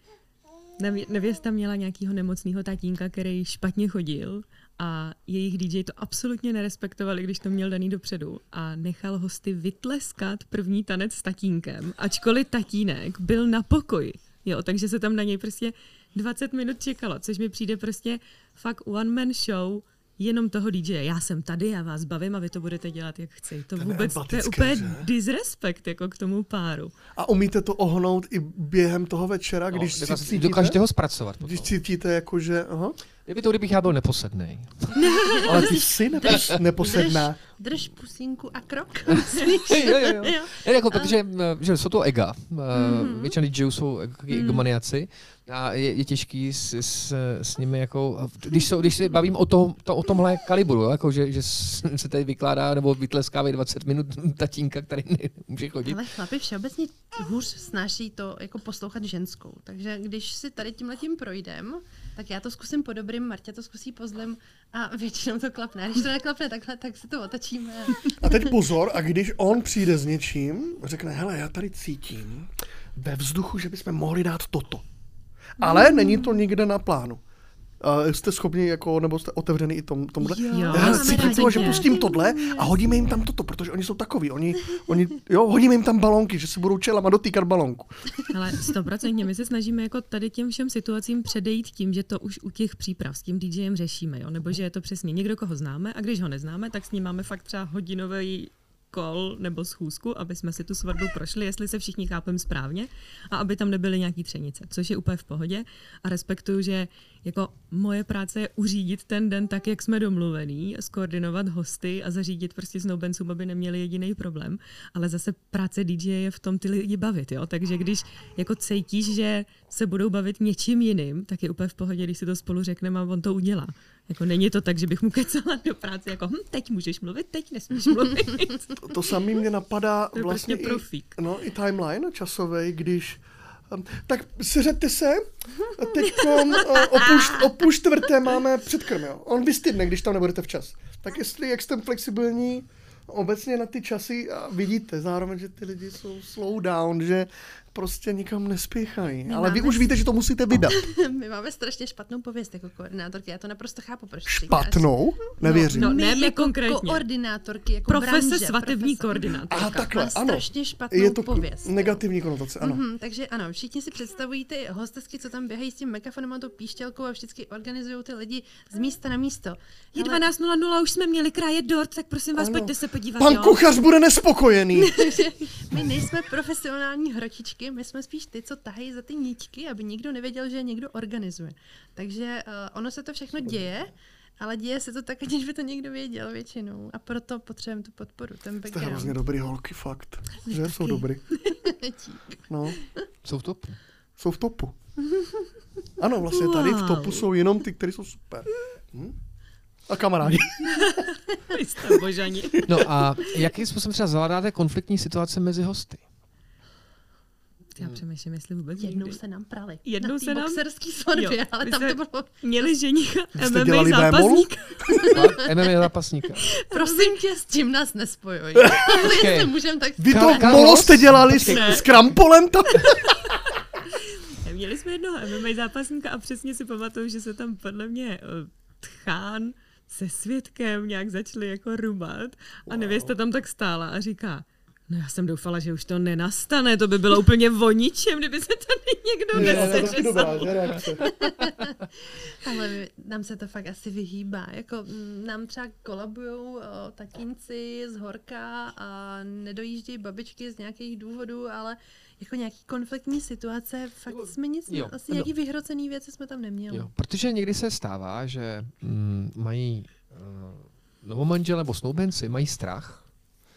Nevě- nevěsta měla nějakého nemocného tatínka, který špatně chodil a jejich dý džej to absolutně nerespektovali, když to měl daný dopředu a nechal hosty vytleskat první tanec s tatínkem, ačkoliv tatínek byl na pokoji. Jo, takže se tam na něj prostě dvacet minut čekalo, což mi přijde prostě fakt one man show jenom toho dý džeje. Já jsem tady, já vás bavím a vy to budete dělat, jak chci. To To je vůbec to je empatické, úplně že? disrespekt jako k tomu páru. A umíte to ohnout i během toho večera, No, když dokáž- cítíte? dokážete ho zpracovat potom. Když cítíte jako, že... Aha. Kdyby to, kdybych já byl neposednej. Ale ty jsi nepos, neposedná. Drž pusinku a krok. jo, jo, jo. Jo. Ne, jako, protože eh, že jsou to ega. Mm-hmm. Většina džejů jsou egomaniaci a je, je těžký s, s, s nimi jako, když, jsou, když se bavím o, tom, to, o tomhle kalibru, jo, jako, že, že se tady vykládá nebo vytleskávají dvacet minut tatínka, který nemůže chodit. Ale chlapi všeobecně hůř snáší to jako poslouchat ženskou. Takže když si tady tímhletím projdem, tak já to zkusím po dobrým, Martě to zkusí po zlém a většinou to klapne. A když to neklapne takhle, tak si to otočíme. A teď pozor, a když on přijde s něčím, řekne, hele, já tady cítím ve vzduchu, že bychom mohli dát toto. Ale Mm. není to nikde na plánu. Uh, jste schopni, jako, nebo jste otevřený i tom, tomuhle? Jo, Hele, máme cítím rádi to, že děti. pustím tohle a hodíme jim tam toto, protože oni jsou takový. Oni, oni, jo, hodíme jim tam balonky, že se budou čelama dotýkat balonku. Ale stoprocentně my se snažíme jako tady těm všem situacím předejít tím, že to už u těch příprav s tím dý džejem řešíme, jo? Nebo že je to přesně někdo, koho známe a když ho neznáme, tak s ním máme fakt třeba hodinový kol nebo schůzku, aby jsme si tu svatbu prošli, jestli se všichni chápeme správně a aby tam nebyly nějaký třenice, což je úplně v pohodě a respektuju, že jako moje práce je uřídit ten den tak, jak jsme domluvený, skoordinovat hosty a zařídit prostě snoubencům, aby neměli jediný problém, ale zase práce dý džeje je v tom ty lidi bavit, jo? Takže když jako cítíš, že se budou bavit něčím jiným, tak je úplně v pohodě, když si to spolu řekneme a on to udělá. Jako není to tak, že bych mu kecala do práce, jako hm, teď můžeš mluvit, teď nesmíš mluvit. To, to samý mě napadá To je vlastně prostě profík. i, no, i timeline časový, když um, tak seřadte se, teďkom uh, o, půl, št- o půl čtvrté máme předkrm, jo. On vystydne, když tam nebudete včas. Tak jestli, jak jste flexibilní obecně na ty časy a vidíte zároveň, že ty lidi jsou slow down, že prostě nikam nespěchají. My Ale vy máme už víte, že to musíte vydat. My máme strašně špatnou pověst jako koordinátorky, já to naprosto chápu, proč Špatnou? Nevěřím. No, My ne, my jako konkrétně. koordinátorky, jako Profese branže, svatební profese. koordinátorka. Aha, takhle, Má ano. strašně špatnou Je to pověst. negativní konotace, ano. Mhm, takže ano, všichni si představují ty hostesky, co tam běhají s tím megafonem a tou píšťalkou a vždycky organizují ty lidi z místa na místo. Je Ale- dvanáct nula nula, už jsme měli krájet dort, tak prosím vás, Ano. pojďte se podívat, Pan jo. kuchař bude nespokojený. Takže my nejsme profesionální hrotičky, my jsme spíš ty, co tahají za ty níčky, aby nikdo nevěděl, že je někdo organizuje. Takže uh, ono se to všechno děje, ale děje se to tak, aniž by to někdo věděl většinou. A proto potřebujeme tu podporu, ten Jste background. hrozně dobrý holky, fakt. Vy Že taky. jsou dobrý. Dík. No, Jsou v topu. jsou v topu. Ano, vlastně tady v topu Wow. jsou jenom ty, kteří jsou super. Hm? A kamarádi. Vy jste božani. No a jakým způsobem třeba zvládáte konfliktní situace mezi hosty? Já přemýšlím, jestli vůbec Jednou někdy. se nám prali. Jednou na se nám- boxerský svatbě, Jo, ale my tam jsme- to bylo... Měli ženicha Vy jste M M A dělali zápasník. M M A zápasníka. Prosím tě, s tím nás nespojuj. Počkej. Jestli můžem, tak... Vy to Carlos? molo jste dělali s, Ne. s krampolem tam? Měli jsme jednoho M M A zápasníka a přesně si pamatuju, že se tam podle mě uh, Tchán se svědkem nějak začali jako rubat a nevěsta tam tak stála a říká, no já jsem doufala, že už to nenastane, to by bylo úplně o ničem, kdyby se tady někdo Je, to je taky neseřezal. dobrá, že reakce. Ale my- nám se to fakt asi vyhýbá. Jako, mm, nám třeba kolabujou o, tatínci z horka a nedojíždějí babičky z nějakých důvodů, ale jako nějaký konfliktní situace, fakt jsme nic, Jo, asi ano. nějaký vyhrocený věci jsme tam neměli. Jo, protože někdy se stává, že mm, mají uh, novomanžel nebo snoubenci mají strach,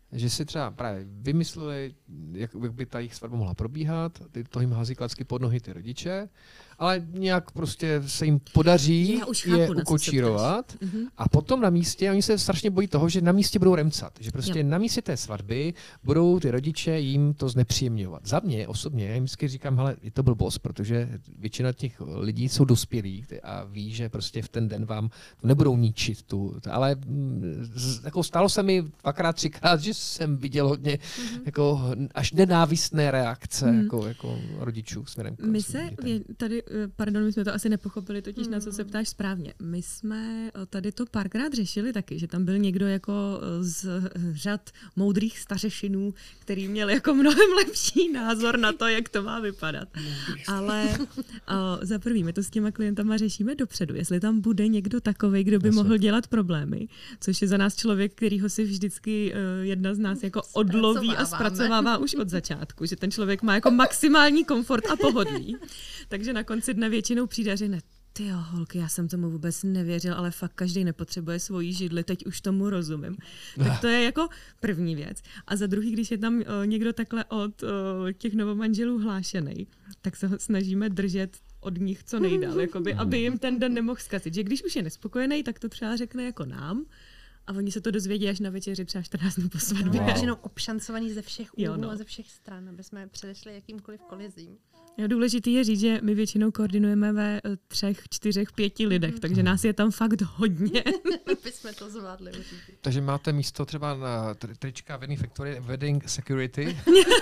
že si třeba právě vymysleli, jak by ta jejich svatba mohla probíhat, ty to jim hází klacky pod nohy ty rodiče, ale nějak prostě se jim podaří chápu, je ukočírovat a potom na místě, oni se strašně bojí toho, že na místě budou remcat, že prostě jo. na místě té svatby budou ty rodiče jim to znepříjemňovat. Za mě osobně, já jim vždycky říkám, hele, je to blbost, protože většina těch lidí jsou dospělí a ví, že prostě v ten den vám nebudou ničit tu, ale jako stalo se mi dvakrát, třikrát, že jsem viděl hodně mm-hmm. jako až nenávistné reakce mm. jako, jako rodičů směrem k My se tady, pardon, my jsme to asi nepochopili, totiž mm. na co se ptáš správně. My jsme tady to párkrát řešili taky, že tam byl někdo jako z řad moudrých stařešinů, který měl jako mnohem lepší názor na to, jak to má vypadat. Ale o, za prvý, my to s těma klientama řešíme dopředu, jestli tam bude někdo takovej, kdo by Jasně. mohl dělat problémy, což je za nás člověk, kterýho si vždycky uh, jedna z nás jako odloví a zpracovává už od začátku, že ten člověk má jako maximální komfort a pohodlí. Takže na konci dne většinou přijde a řekne, tyjo, holky, já jsem tomu vůbec nevěřil, ale fakt každý nepotřebuje svoji židli, teď už tomu rozumím. Tak to je jako první věc. A za druhý, když je tam uh, někdo takhle od uh, těch novomanželů hlášený, tak se ho snažíme držet od nich co nejdál, jakoby, aby jim ten den nemohl zkazit. Že když už je nespokojený, tak to třeba řekne jako nám, a oni se to dozvědí až na večeři třeba čtrnáct dnů po svatbě. Wow. Většinou obšancovaný ze všech úhlů no. a ze všech stran, aby jsme předešli jakýmkoliv kolizím. Jo, důležitý je říct, že my většinou koordinujeme ve třech, čtyřech, pěti lidech, mm. takže nás je tam fakt hodně. Aby jsme to zvládli. Takže máte místo třeba na trička Wedding Factory, Wedding Security.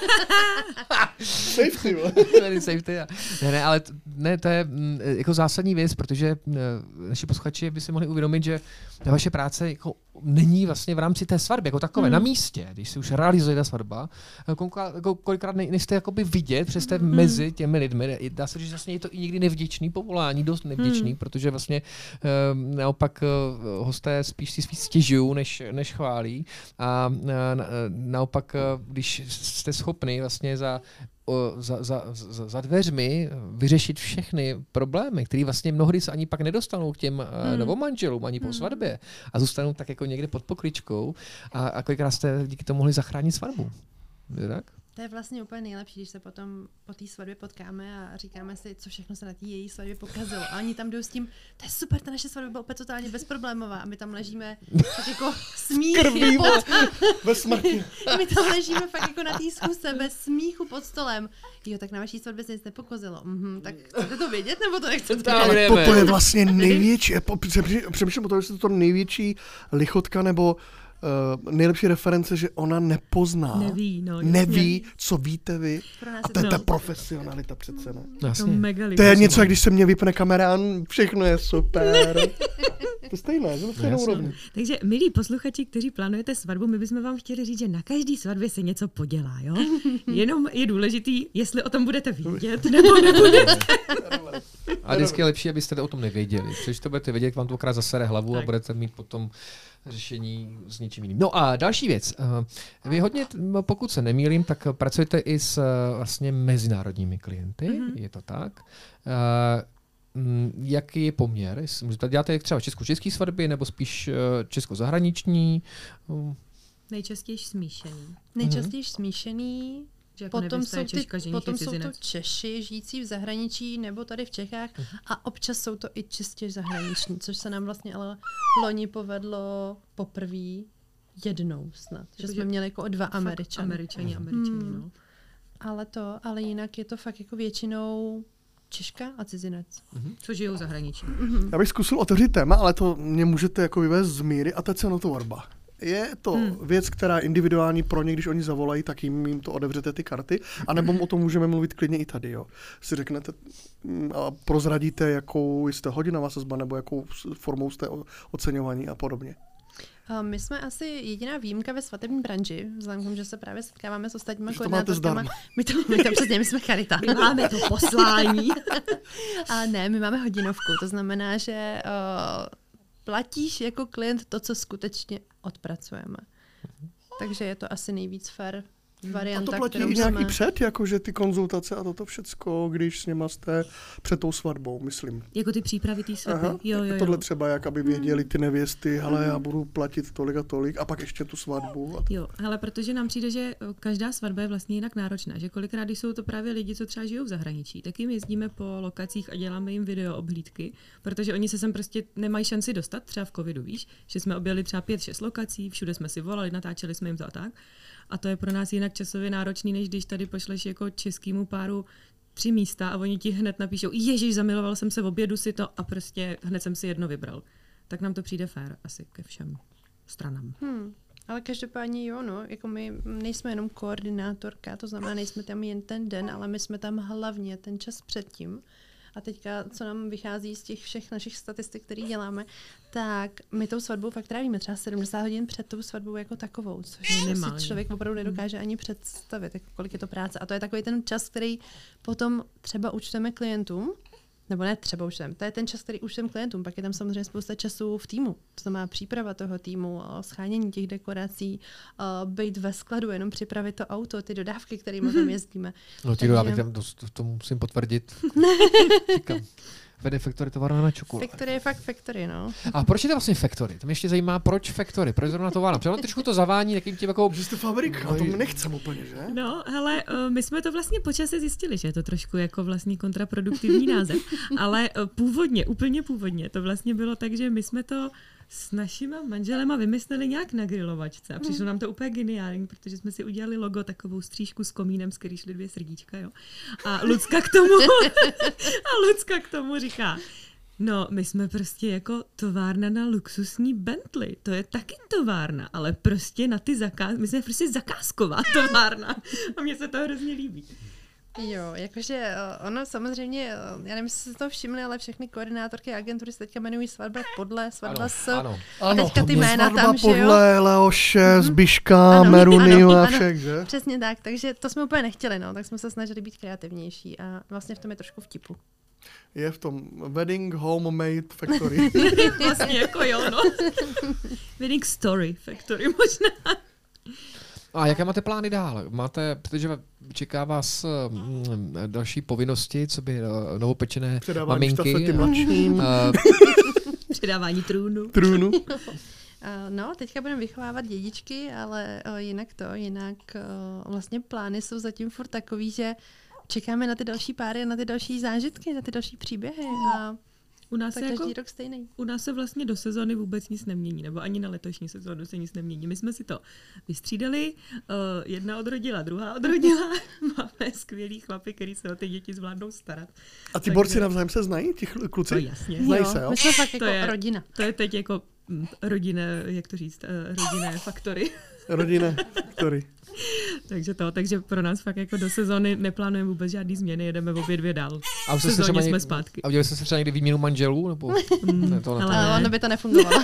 Safety, Wedding Safety. Ne, ne, ale t- ne, to je m, jako zásadní věc, protože m, naši posluchači by si mohli uvědomit, že ta vaše práce jako není vlastně v rámci té svatby jako takové, mm. na místě, když se už realizuje ta svatba, jako kolikrát nejste jakoby vidět, přes té mm. mezi těmi lidmi. Dá se říct, že vlastně je to i někdy nevděčný povolání, dost nevděčný, mm. protože vlastně uh, naopak uh, hosté spíš si spíš stěžují, než, než chválí. A uh, naopak, uh, když jste schopni vlastně za Za, za, za, za dveřmi vyřešit všechny problémy, které vlastně mnohdy se ani pak nedostanou k těm hmm. novomanželům, ani po svatbě a zůstanou tak jako někde pod pokličkou a, a kolikrát jste díky tomu mohli zachránit svatbu. Je tak? To je vlastně úplně nejlepší, když se potom po té svatbě potkáme a říkáme si, co všechno se na té její svatbě pokazilo. A oni tam jdou s tím, to je super, ta naše svatba byla úplně totálně bezproblémová. A my tam ležíme tak jako smích. Krví, bez smrti. My tam ležíme fakt jako na té schůzce bez smíchu pod stolem. Jo, tak na vaší svatbě se nic nepokazilo. Mhm, tak chcete to vědět, nebo to nechcete? Ale to je vlastně největší, přemýšlím o tom, že to největší lichotka nebo Uh, nejlepší reference, že ona nepozná, neví, no, neví co víte vy. A to je ta profesionalita přece, ne? To, to je něco, jak když se mě vypne kamera a všechno je super. To je stejné, jsme stejnou úrovni. Takže, milí posluchači, kteří plánujete svatbu, my bychom vám chtěli říct, že na každý svatbě se něco podělá, jo? Jenom je důležitý, jestli o tom budete vědět, nebo nebudete. A vždycky je lepší, abyste o tom nevěděli. Když to budete vědět, vám to okrát zasere hlavu tak. A budete mít potom řešení s něčím jiným. No a další věc. Vy hodně, pokud se nemýlím, tak pracujete i s vlastně mezinárodními klienty, mm-hmm. je to tak? Jaký je poměr? Děláte třeba česko-český svatby nebo spíš česko-zahraniční? Nejčastěji smíšený. Nejčastěji smíšený. Jako potom jsou, ty, Češka, potom jsou to Češi žijící v zahraničí nebo tady v Čechách uh-huh. a občas jsou to i čistě zahraniční, což se nám vlastně ale loni povedlo poprvé jednou snad, že jsme měli jako dva Američany. Američani, Američani, hmm. no. Ale to, ale jinak je to fakt jako většinou Češka a cizinec. Uh-huh. Co žijou v zahraničí. Uh-huh. Já bych zkusil otevřít téma, ale to mě můžete jako vyvést z míry a to je cenotvorba. Je to hmm. věc, která je individuální pro ně, když oni zavolají, tak jim, jim to odevřete ty karty, anebo o tom můžeme mluvit klidně i tady, jo. Si řeknete a prozradíte, jakou jste hodinová sazba, nebo jakou formou jste oceňovaní a podobně. My jsme asi jediná výjimka ve svatební branži, vzhledem k tomu, že se právě setkáváme s ostatními koordinátorkama. My to, my to přesně, my jsme charita. My máme to poslání. A ne, my máme hodinovku, to znamená, že uh, platíš jako klient to, co skutečně odpracujeme. Takže je to asi nejvíc fair varianta, A to platí kterou i nějaký jsme... před, jakože ty konzultace a toto všecko, když s nima jste před tou svatbou, myslím. Jako ty přípravy té svatby? Aha. Jo, jo, jo. Tohle třeba, jak aby věděli ty nevěsty, hele, já budu platit tolik a tolik a pak ještě tu svatbu. A t- Jo, ale protože nám přijde, že každá svatba je vlastně jinak náročná, že kolikrát, když jsou to právě lidi, co třeba žijou v zahraničí, tak jim jezdíme po lokacích a děláme jim video obhlídky, protože oni se sem prostě nemají šanci dostat, třeba v covidu, víš, že jsme objeli třeba pět, šest lokací, všude jsme si volali, natáčeli jsme jim to a tak. A to je pro nás jinak časově náročný, než když tady pošleš jako českému páru tři místa a oni ti hned napíšou, ježiš, zamiloval jsem se, v obědu si to a prostě hned jsem si jedno vybral. Tak nám to přijde fér asi ke všem stranám. Hmm. Ale každopádně jo, no, jako my nejsme jenom koordinátorka, to znamená, nejsme tam jen ten den, ale my jsme tam hlavně ten čas předtím. A teďka, co nám vychází z těch všech našich statistik, které děláme, tak my tou svatbou fakt trávíme třeba sedmdesát hodin před tou svatbou jako takovou, což si člověk opravdu nedokáže ani představit, jako kolik je to práce. A to je takový ten čas, který potom třeba účtujeme klientům, nebo ne třeba účtujeme, to je ten čas, který účtujeme klientům, pak je tam samozřejmě spousta času v týmu. To znamená příprava toho týmu, schánění těch dekorací, být ve skladu, jenom připravit to auto, ty dodávky, kterými tam jezdíme. No ty dodávky, tam to, to, to musím potvrdit. Říkám. Vede Factory továrna na čokoládu. Factory je fakt Factory, no. A proč je to vlastně Factory? To mě ještě zajímá, proč Factory, proč zrovna továrna. Protože trošku to zavání takým tím jako... Že jste fabrika, to nechcem úplně, že? No, hele, my jsme to vlastně po čase zjistili, že je to trošku jako vlastně kontraproduktivní název, ale původně, úplně původně, to vlastně bylo tak, že my jsme to s našima manželema vymysleli nějak na grilovačce a přišlo nám to úplně geniální, protože jsme si udělali logo, takovou střížku s komínem, z který šly dvě srdíčka, jo. A Lucka k tomu, a Lucka k tomu říká, no, my jsme prostě jako továrna na luxusní Bentley, to je taky továrna, ale prostě na ty zakázky, my jsme prostě zakázková továrna a mně se to hrozně líbí. Jo, jakože ono samozřejmě, já nevím, jestli jste to všimli, ale všechny koordinátorky a agentury se teďka jmenují svatba podle, svatba ano, s. Ano, a teďka ty jména svatba tam, že jo? podle Leoše, Zbyška, Ano, Meruniu ano, a ano. všech, že? Přesně tak, takže to jsme úplně nechtěli, no, tak jsme se snažili být kreativnější a vlastně v tom je trošku vtipu. Je v tom Wedding Homemade Factory. Vlastně jako jo, no. Wedding Story Factory možná. A jaké máte plány dál? Máte, protože čeká vás mm, další povinnosti, co by uh, novopečené Předávání maminky. štafety mladším. Uh, Předávání trůnu. Trůnu. Uh, no, teďka budeme vychovávat dědičky, ale uh, jinak to, jinak uh, vlastně plány jsou zatím furt takový, že čekáme na ty další páry, na ty další zážitky, na ty další příběhy a U nás, to se každý jako, rok stejný. u nás se vlastně do sezóny vůbec nic nemění, nebo ani na letošní sezónu se nic nemění. My jsme si to vystřídali, uh, jedna odrodila, druhá odrodila, máme skvělý chlapy, který se o ty děti zvládnou starat. A ty Takže- borci navzájem se znají, ti chl- kluci? To jasně. Znají Jo, se, jo? my jsme fakt jako To je- rodina. To je teď jako mm, rodinné, jak to říct, uh, rodinné faktory. Rodinné Factory. takže to, takže pro nás fakt jako do sezóny neplánujeme vůbec žádný změny, jedeme obě dvě dál. a V už jste se sezóně třeba jsme někdy- zpátky. A udělali jste se třeba někdy výměnu manželů? Nebo? Ne, to, ale- ne. Ale ono by to nefungovalo.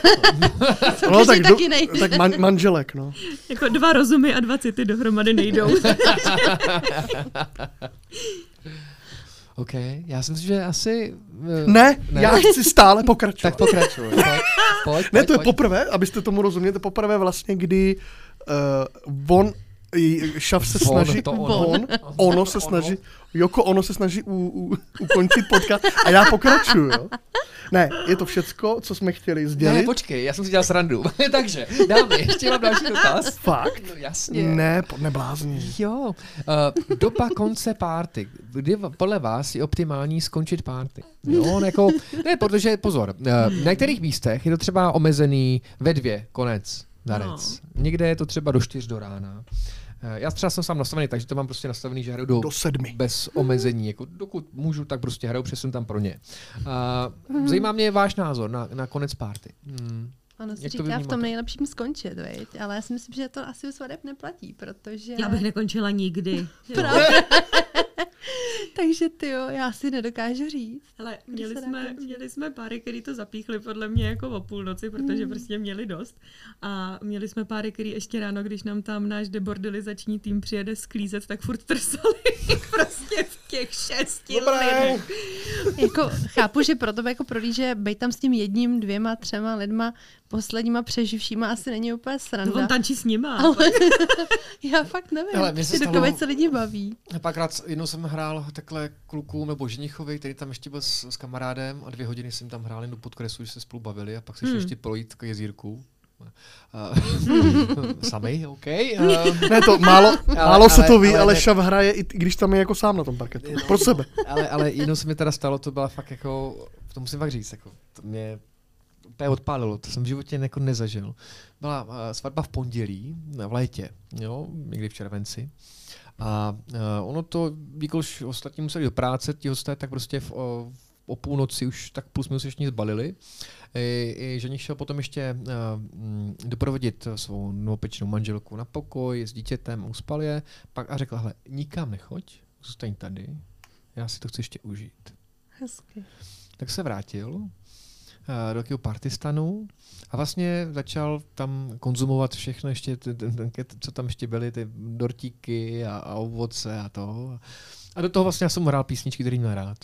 No, tak, taky nejde. tak man, manželek, no. Jako dva rozumy a dva city dohromady nejdou. OK, já si myslím, že asi... uh, Ne, Ne. já chci stále pokračovat. Tak pokračuj. Pojď, pojď, Ne, to je pojď. poprvé, abyste tomu rozuměli, to je poprvé vlastně, kdy uh, on, i- Šav se Von, snaží, to ono. on, ono se snaží, Joko ono se snaží u, u, ukončit podcast a já pokračuju, jo. Ne, je to všecko, co jsme chtěli Ne, sdělit. počkej, já jsem si dělal srandu. Takže, dáme, ještě mám další dotaz. Fakt? No, jasně. Ne, po- neblázni. Jo, uh, doba konce party. Kdy v- podle vás je optimální skončit party? Jo, jako, ne, protože pozor, uh, na některých místech je to třeba omezený ve dvě, konec, darec. No. Někde je to třeba do čtyř do rána. Uh, já třeba jsem sám nastavený, takže to mám prostě nastavený, že hraju do, Do sedmi. bez omezení. Jako, dokud můžu, tak prostě hraju, přesun tam pro ně. Uh, zajímá mě váš názor na, na konec party. Hmm. Ono se Jak to říká v vnímáte? tom nejlepším skončit, veď? Ale já si myslím, že to asi u svadeb neplatí, protože... Já bych nekončila nikdy. Právě. Takže tyjo, já si nedokážu říct. Ale Kdy měli se dá jsme, končit? měli jsme páry, který to zapíchli podle mě jako o půlnoci, protože Mm. prostě měli dost. A měli jsme páry, který ještě ráno, když nám tam náš debordelizační tým přijede sklízet, tak furt trsali prostě v těch šesti Dobré. lidech. Jako, chápu, že pro tebe jako prolíže bejt tam s tím jedním, dvěma, třema lidma, posledníma přeživšíma asi není úplně No sranda. on tančí s nima. Ale já fakt nevím, Hele, mně se si stalo- dokud se lidi baví. Párkrát jednou jsem hrál takhle klukům nebo ženichovi, který tam ještě byl s, s kamarádem a dvě hodiny jsem tam hrál jen do podkresu, že se spolu bavili a pak se šli Hmm. ještě projít k jezírku. Uh, sami, OK. Uh, Ne, to málo, málo se ale- to ví, ale ale ne- šav hraje, i t- když tam je jako sám na tom parketu. Pro sebe. ale, ale jednou se mi teda stalo, to byla fakt jako, to musím fakt říct, jako, to mě úplně odpálilo, to jsem v životě jako nezažil. Byla uh, svatba v pondělí, v létě, jo, někdy v červenci. A uh, ono to, když ostatní museli do práce, ti hosté, tak prostě v, o, o půlnoci už tak plus minus ještě zbalili. I, i ženich šel potom ještě uh, mm, doprovodit svou novopečnou manželku na pokoj s dítětem, uspal je, pak a řekl, hele, nikam nechoď, zůstaň tady, já si to chci ještě užít. Hezky. Tak se vrátil uh, do takového partystanu a vlastně začal tam konzumovat všechno ještě, ty, ty, ty, co tam ještě byly, ty dortíky a, a ovoce a to. A do toho vlastně já jsem mu hrál písničky, který měl rád.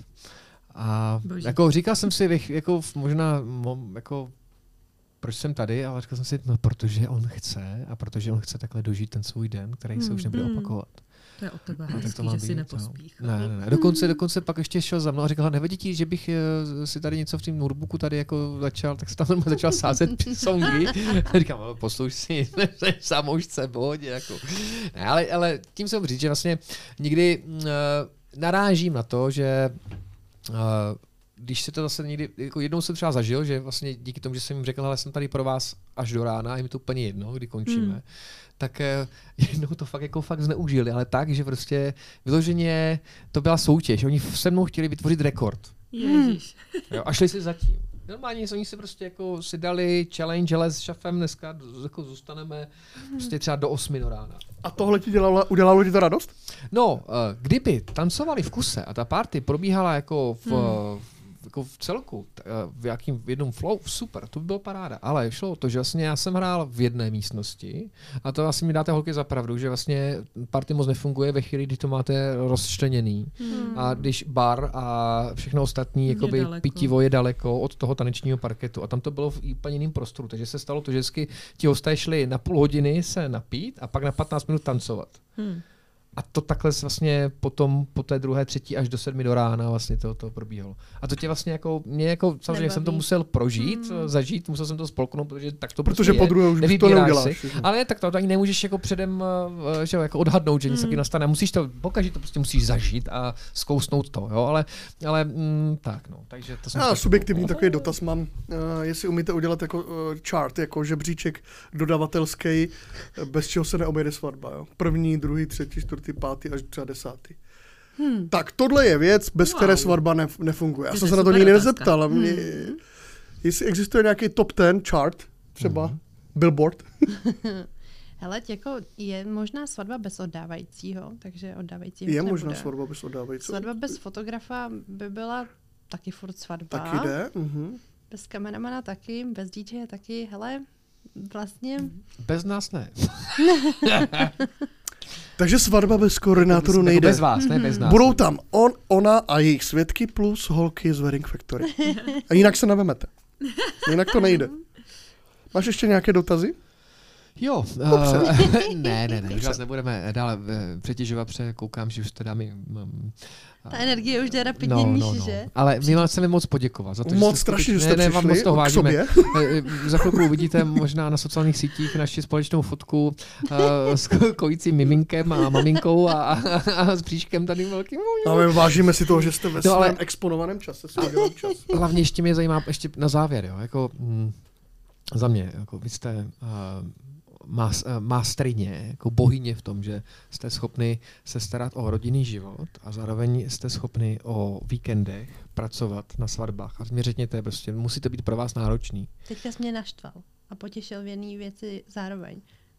A Boží. jako říkal jsem si, vych- jako možná, mo- jako proč jsem tady, ale říkal jsem si, no protože on chce a protože on chce takhle dožít ten svůj den, který se už nebude Hmm. opakovat. To je od tebe No, tak hezký, to má že si být, nepospíchal. no. Ne, ne, ne. Dokonce, dokonce pak ještě šel za mnou a říkal, nevadí ti, že bych eh, si tady něco v tom notebooku tady jako začal, tak se tam normálně začal sázet songy. A říkám, no, poslouš si, samoušce, pohodě, jako. Ne, ale, ale tím jsem říct, že vlastně někdy uh, narážím na to, že uh, když se to zase někdy, jako jednou jsem třeba zažil, že vlastně díky tomu, že jsem jim řekl, ale jsem tady pro vás až do rána, je mi to úplně jedno, kdy končíme, Hmm. tak eh, jednou to fakt jako fakt zneužili, ale tak, že prostě vyloženě to byla soutěž. Oni se mnou chtěli vytvořit rekord. Ježíš. Jo, a šli si zatím. Normálně oni si prostě jako si dali challenge, ale s šafem dneska jako zůstaneme prostě třeba do osmi do rána. A tohle ti dělalo, udělalo ti to radost? No, eh, kdyby tancovali v kuse a ta party probíhala jako v, Hmm. jako v celku, t- eh, v jakým v jednom flow, super, to by bylo paráda. Ale šlo o to, že vlastně já jsem hrál v jedné místnosti a to asi mi dáte holky za pravdu, že vlastně party moc nefunguje ve chvíli, kdy to máte rozčleněný. Hmm. A když bar a všechno ostatní, Je jakoby daleko. pitivo je daleko od toho tanečního parketu. A tam to bylo v úplně jiném prostoru. Takže se stalo to, že vždycky ti hosté šli na půl hodiny se napít a pak na patnáct minut tancovat. Hmm. A to takhle vlastně potom po té druhé, třetí až do sedmi do rána vlastně to, to probíhalo. A to tě vlastně jako, mě jako, samozřejmě Nebaví. jsem to musel prožít, Mm. zažít, musel jsem to spolknout, protože tak to Protože prostě po je. druhé už to Nevybíráš neuděláš. si. Ale tak to, to ani nemůžeš jako předem uh, že jo, jako odhadnout, že něco Mm. taky nastane. Musíš to, pokaždé to prostě musíš zažít a zkousnout to, jo, ale, ale mm, tak no, takže to jsem Já tak- subjektivní takový dotaz mám, uh, jestli umíte udělat jako uh, chart, jako žebříček dodavatelský, eh, bez čeho se neobjede svatba. Jo? První, druhý, třetí, čtvrtý, pátý až třeba desátý. Hmm. Tak tohle je věc, bez Wow. které svatba nef- nefunguje. Já To jsem je se na to super nikdy otázka. nezeptal. a Mě, Hmm. jestli existuje nějaký top ten chart, třeba Mhm. Billboard. Hele, jako je možná svatba bez oddávajícího, takže oddávajícího Je nebude. možná svatba bez oddávající. Svatba bez fotografa by byla taky furt svatba. Taky jde. Mhm. Bez kameramana taky, bez dý džeje taky. Hele, vlastně Bez nás ne. Takže svatba bez koordinátoru Jako nejde. Bez vás, ne bez nás. Budou tam on, ona a jejich svědky plus holky z Wedding Factory. A jinak se navemete. Jinak to nejde. Máš ještě nějaké dotazy? Jo, Dobře. uh, ne, ne, ne, už vás nebudeme dále uh, přetěžovat, protože koukám, že už teda mi... Um, ta energie už jde rapidně níž, že? Ale my vám chceme moc poděkovat za to, Moc jste strašně, že skutečně- jste ne, ne, vám moc přišli toho k vážíme. sobě. Eh, Za chvilku uvidíte možná na sociálních sítích naši společnou fotku uh, s ko- kojícím miminkem a maminkou a, a, a s příškem tady velkým. A my vážíme si toho, že jste ve No, svém ale- exponovaném čase. svým udělaném čas. Hlavně ještě mě zajímá ještě na závěr, jo, jako mm, za mě, jako vy jste uh, más, uh, mástrině, jako bohyně v tom, že jste schopni se starat o rodinný život a zároveň jste schopni o víkendech pracovat na svatbách. A mě řekněte, prostě musí to být pro vás náročný. Teďka jsi mě naštval a potěšil v jedné věci zároveň.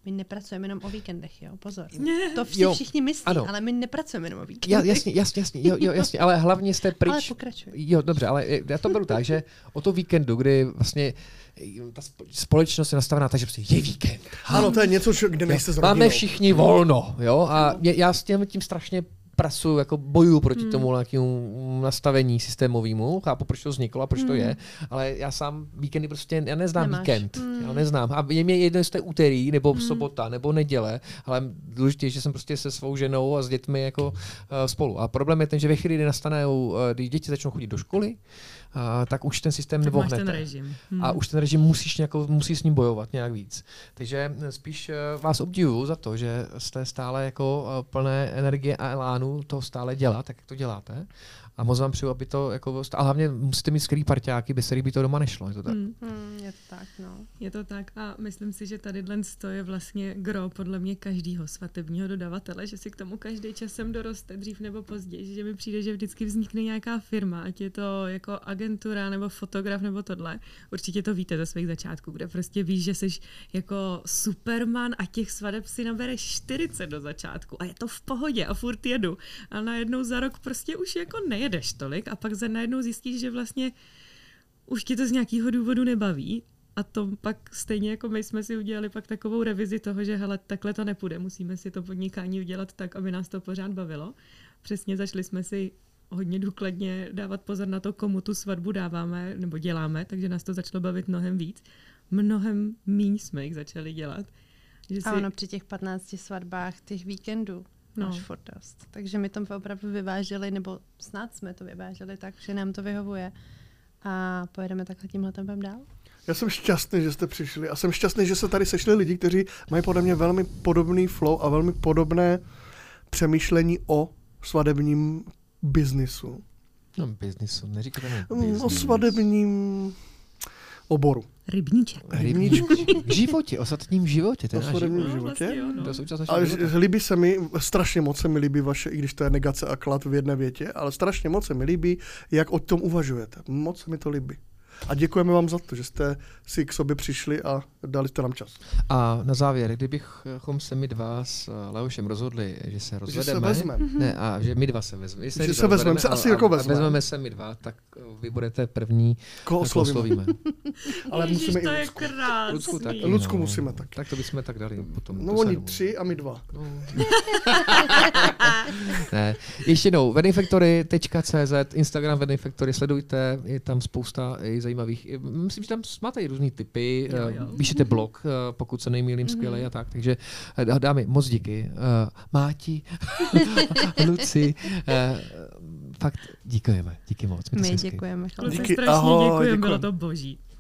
My nepracujeme jenom o víkendech, jo, pozor. Ne. To všichni, Jo, všichni myslí, ano. ale my nepracujeme jenom o víkendech. Ja, jasně, jasně, jasně, jo, jo, jasně, ale hlavně jste pryč. Ale pokračuj. Jo, dobře, ale já to beru tak, že o to víkendu, kdy vlastně ta společnost je nastavená tak, že prostě je víkend. Ano, to je něco, kde nejste s rodinou. Máme všichni volno, jo, a mě, já s tím, tím strašně pracuji, jako bojuju proti Hmm. tomu nějakému nastavení systémovému, chápu, proč to vzniklo a proč to je, ale já sám víkendy prostě, já neznám Nemáš. víkend, Hmm. já neznám. A je mě jedno, jestli to je úterý, nebo sobota, nebo neděle, ale důležité je, že jsem prostě se svou ženou a s dětmi jako uh, spolu. A problém je ten, že ve chvíli, kdy nastane, uh, když děti začnou chodit do školy, uh, tak už ten systém Tak máš nevohnete. ten režim. Hmm. A už ten režim musíš, nějakou, musíš s ním bojovat nějak víc. Takže spíš uh, vás obdivuju za to, že jste stále jako uh, plné energie a elánu to stále dělat, tak jak to děláte. A moc vám přeju, aby to jako... A hlavně musíte mít skvělý parťáky, bez kterých by to doma nešlo. Je to tak? Hmm. Hmm, je to tak, no. Je to tak a myslím si, že tady to je vlastně gro podle mě každého svatebního dodavatele, že si k tomu každý časem doroste dřív nebo později, že mi přijde, že vždycky vznikne nějaká firma, ať je to jako agentura nebo fotograf nebo tohle. Určitě to víte ze svých začátků, kde prostě víš, že jsi jako superman a těch svadeb si nabereš čtyřicet do začátku a je to v pohodě a furt jedu. A najednou za rok prostě už jako nejedeš tolik a pak za najednou zjistíš, že vlastně už ti to z nějakého důvodu nebaví. A to pak stejně jako my jsme si udělali pak takovou revizi toho, že hele, takhle to nepůjde, musíme si to podnikání udělat tak, aby nás to pořád bavilo. Přesně začali jsme si hodně důkladně dávat pozor na to, komu tu svatbu dáváme nebo děláme, takže nás to začalo bavit mnohem víc. Mnohem míň jsme jich začali dělat. Že si... A ono při těch patnácti svatbách těch víkendů No. máš furt dost. Takže my to opravdu vyváželi, nebo snad jsme to vyváželi tak, že nám to vyhovuje. A pojedeme takhle tímhle tempem dál. Já jsem šťastný, že jste přišli a jsem šťastný, že se tady sešli lidi, kteří mají podle mě velmi podobný flow a velmi podobné přemýšlení o svadebním biznisu. No, biznisu, neříkáte mu Mm, business. O svadebním oboru. Rybníček. Rybníčku. K životě, o svatním životě. To O je náš svadebním život. životě. vlastně jo, no. To je součást Ale našeho života. líbí se mi, strašně moc se mi líbí vaše, i když to je negace a klad v jedné větě, ale strašně moc se mi líbí, jak o tom uvažujete. Moc se mi to líbí. A děkujeme vám za to, že jste si k sobě přišli a dali jste nám čas. A na závěr, kdybychom se my dva s Leošem rozhodli, že se Že se rozvedeme, vezmeme. ne, a že my dva se vezmeme, Že se vezmeme, se asi jako vezmeme. vezmeme se my dva, tak vy budete první, Koho koho oslovíme? oslovíme. Ale Ježiš, musíme to i je Lucku. krásný. Lucku taky. Lucku no. musíme taky. Tak to bychom tak dali potom. No to se oni domluvíme. tři a my dva. No. Ne. Ještě jednou, wedding factory tečka cé zet, Instagram Wedding Factory, sledujte, je tam spousta i zajímavých, myslím, že tam máte i různý typy, Jo, eh, jo. píšete blog, eh, pokud se nejmýlím, skvělej a tak, takže eh, dámy, moc díky. Eh, Máti, Luci, eh, fakt díkujeme, díky moc. mějte se My hezky. děkujeme. Kluci, Díky, strašně ahoj, děkujeme, děkujem. bylo to boží.